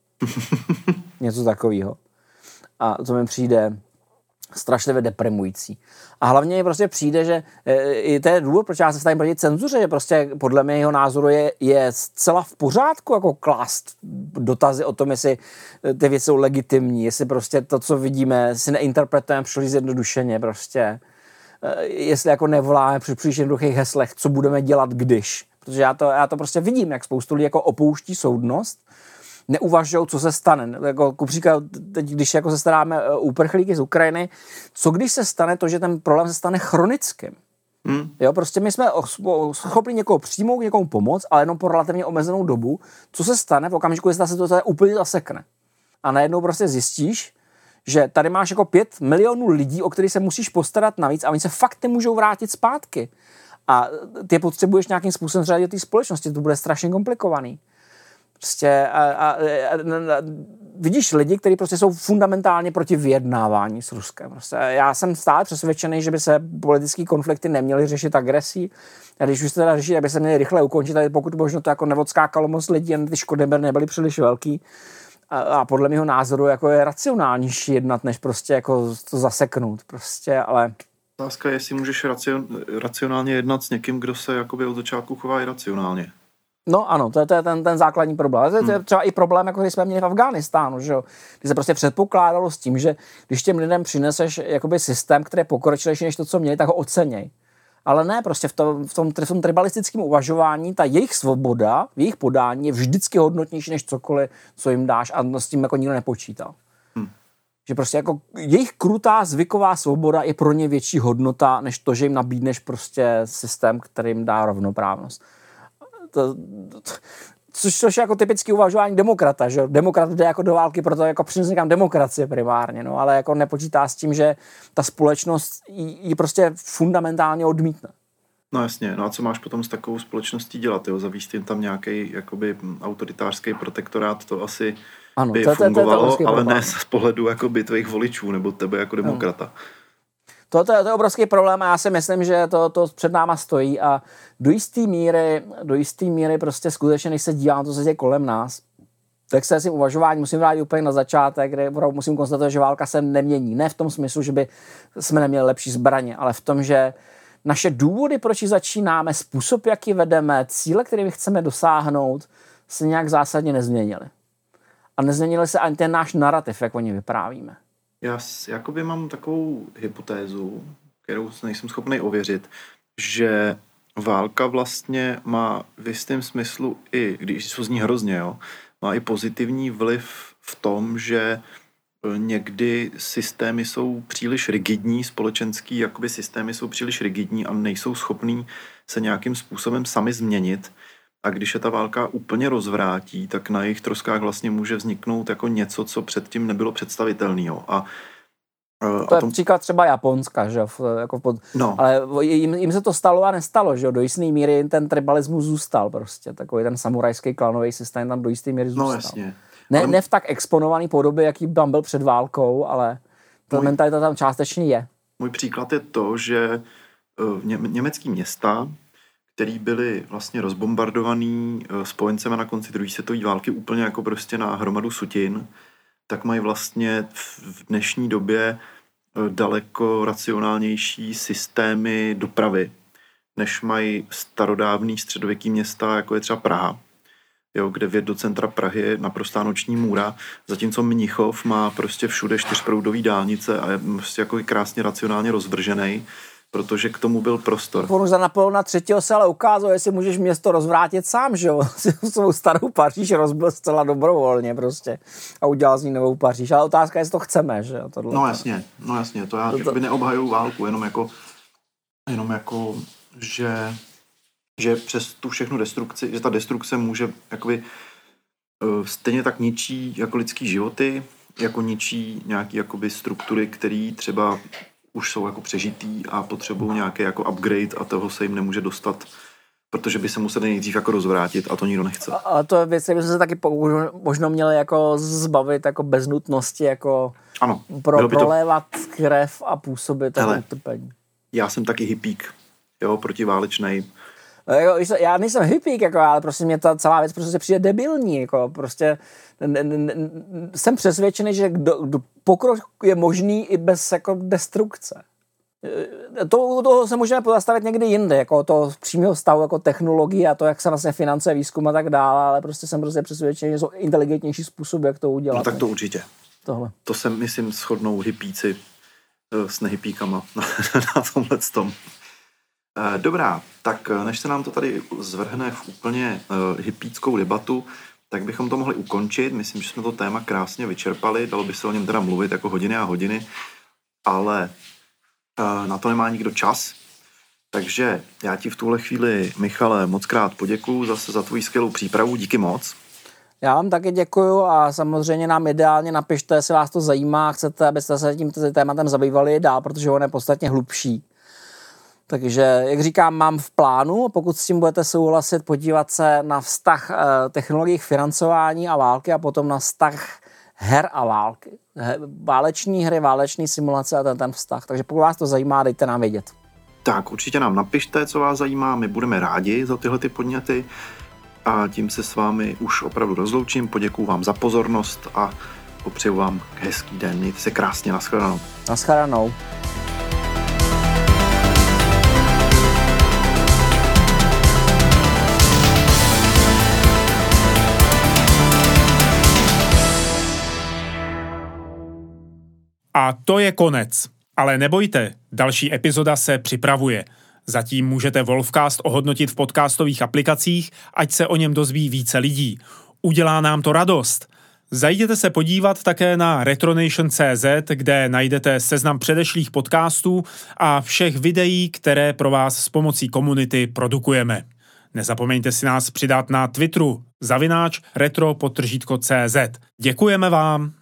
Něco takového. A to mi přijde strašlivě deprimující. A hlavně mi prostě přijde, že i to je důvod, proč já se stavím proti cenzuře, že prostě podle mého názoru je, je zcela v pořádku jako klást dotazy o tom, jestli ty věci jsou legitimní, jestli prostě to, co vidíme, si neinterpretujeme příliš zjednodušeně prostě. Jestli jako nevoláme při příliš jednoduchých heslech, co budeme dělat, když. Protože já to, já to prostě vidím, jak spoustu lidí jako opouští soudnost, neuvažují, co se stane. Jako, kupříklad, teď, když jako se staráme uprchlíky z Ukrajiny, co když se stane to, že ten problém se stane chronickým? Hmm. Jo, prostě my jsme schopni někoho přijmout, někomu pomoct, ale jenom po relativně omezenou dobu. Co se stane v okamžiku, jestli ta situace úplně zasekne? A najednou prostě zjistíš, že tady máš jako pět milionů lidí, o kterých se musíš postarat navíc a oni se fakt nemůžou vrátit zpátky. A ty potřebuješ nějakým způsobem řadit do té společnosti, to bude strašně komplikovaný. Prostě a, a, a, a, vidíš lidi, kteří prostě jsou fundamentálně proti vyjednávání s Ruskem. Prostě já jsem stále přesvědčený, že by se politické konflikty neměly řešit agresí. A když už se teda řešit, aby se měly rychle ukončit, ale pokud možno to jako neodskákalo moc lidí, jen ty škody nebyly příliš velký. A, a podle mého názoru jako je racionálnější jednat, než prostě jako to zaseknout. Prostě, ale... Otázka je, jestli můžeš racion, racionálně jednat s někým, kdo se jakoby od začátku chová iracionálně. No ano, to je, to je ten, ten základní problém. To je, to je třeba i problém, jako když jsme měli v Afghánistánu, že jo? Kdy se prostě předpokládalo s tím, že když těm lidem přineseš jakoby systém, který je pokročilejší než to, co měli, tak ho oceněj. Ale ne, prostě v tom, v tom, v tom tribalistickém uvažování ta jejich svoboda, jejich podání je vždycky hodnotnější než cokoliv, co jim dáš a s tím jako nikdo nepočítal. Hmm. Že prostě jako jejich krutá zvyková svoboda je pro ně větší hodnota, než to, že jim nabídneš prostě systém, který jim dá rovnoprávnost. To, to, což, což je jako typický uvažování demokrata, že demokrat jde jako do války, proto jako přinese někam demokracie primárně, no, ale jako nepočítá s tím, že ta společnost ji prostě fundamentálně odmítne. No jasně, no a co máš potom s takovou společností dělat, jo? Zavíst jim tam nějaký jakoby autoritářský protektorát, to asi ano, by to, fungovalo, to, to, to, to ale ne z pohledu jakoby tvých voličů nebo tebe jako demokrata. Ano. To, to, je, to je obrovský problém a já si myslím, že to, to před náma stojí a do jistý míry, do jistý míry prostě skutečně, když se dívám to, co se děje kolem nás, tak se si uvažování musím vrátit úplně na začátek, kde musím konstatovat, že válka se nemění. Ne v tom smyslu, že by jsme neměli lepší zbraně, ale v tom, že naše důvody, proč ji začínáme, způsob, jak ji vedeme, cíle, které chceme dosáhnout, se nějak zásadně nezměnily. A nezměnily se ani ten náš narrativ, jak o ní vyprávíme. Já jakoby mám takovou hypotézu, kterou nejsem schopný ověřit, že válka vlastně má v jistém smyslu i, když to zní hrozně, jo, má i pozitivní vliv v tom, že někdy systémy jsou příliš rigidní, společenský jakoby systémy jsou příliš rigidní a nejsou schopný se nějakým způsobem sami změnit. A když je ta válka úplně rozvrátí, tak na jejich troskách vlastně může vzniknout jako něco, co předtím nebylo představitelného. A, a to je tom... příklad třeba Japonska, že? Jako pod... no. Ale jim, jim se to stalo a nestalo, že? Do jisté míry ten tribalismus zůstal prostě. Takový ten samurajský klanový systém tam do jisté míry zůstal. No jasně. Ne, ale... ne v tak exponovaný podobě, jaký tam byl před válkou, ale ta můj... mentalita tam částečně je. Můj příklad je to, že ně, německý města, který byli vlastně rozbombardovaný spojencema na konci druhé světové války úplně jako prostě na hromadu sutin, tak mají vlastně v dnešní době daleko racionálnější systémy dopravy, než mají starodávný středověký města, jako je třeba Praha, jo, kde vjet do centra Prahy je naprostá noční můra, zatímco Mnichov má prostě všude čtyřproudový dálnice a je prostě jako krásně racionálně rozvržený, protože k tomu byl prostor. On už za Napoleona třetího se ale ukázal, jestli můžeš město rozvrátit sám, že jo? Svou starou Paříž rozbil zcela dobrovolně prostě a udělal z ní novou Paříž. Ale otázka je, jestli to chceme, že jo? No jasně, no jasně, to já to... by neobhajuju válku, jenom jako, jenom jako, že, že přes tu všechnu destrukci, že ta destrukce může jakoby uh, stejně tak ničí jako lidský životy, jako ničí nějaký jakoby struktury, které třeba už jsou jako přežitý a potřebují nějaký jako upgrade a toho se jim nemůže dostat, protože by se museli nejdřív jako rozvrátit a to nikdo nechce. A to je věc, kterou jsme se taky možno měli jako zbavit jako bez nutnosti jako ano, pro, prolévat to... krev a působit jako utrpení. Já jsem taky hippík, jo, protiválečnej. Já nejsem hippík, jako, ale prostě mě ta celá věc prostě přijde debilní. Jako, prostě n, n, n, jsem přesvědčený, že do, do pokrok je možný i bez jako, destrukce. To, toho se můžeme pozastavit někdy jinde, jako to přímého stavu, jako technologie a to, jak se vlastně financuje výzkum a tak dále, ale prostě jsem prostě přesvědčený, že jsou inteligentnější způsoby, jak to udělat. No tak to určitě. Tohle. To se, myslím, shodnou hippíci s nehippíkama na, na tomhle tom. Dobrá, tak než se nám to tady zvrhne v úplně uh, hippíckou debatu, tak bychom to mohli ukončit. Myslím, že jsme to téma krásně vyčerpali, dalo by se o něm teda mluvit jako hodiny a hodiny, ale uh, na to nemá nikdo čas. Takže já ti v tuhle chvíli, Michale, moc krát poděkuju zase za tvoji skvělou přípravu, díky moc. Já vám taky děkuju a samozřejmě nám ideálně napište, jestli vás to zajímá, chcete, abyste se tím tématem zabývali dál, protože on je podstatně hlubší. Takže, jak říkám, mám v plánu, pokud s tím budete souhlasit, podívat se na vztah technologií financování a války a potom na vztah her a války. Váleční hry, váleční simulace a ten, ten vztah. Takže pokud vás to zajímá, dejte nám vědět. Tak, určitě nám napište, co vás zajímá, my budeme rádi za tyhle ty podněty. a tím se s vámi už opravdu rozloučím. Poděkuju vám za pozornost a popřeju vám hezký den. Mějte se krásně, nashledanou. Nashledanou. A to je konec. Ale nebojte, další epizoda se připravuje. Zatím můžete Wolfcast ohodnotit v podcastových aplikacích, ať se o něm dozví více lidí. Udělá nám to radost. Zajděte se podívat také na retronation tečka cé zet, kde najdete seznam předešlých podcastů a všech videí, které pro vás s pomocí komunity produkujeme. Nezapomeňte si nás přidat na Twitteru zavináč retro podtržítko cé zet. Děkujeme vám!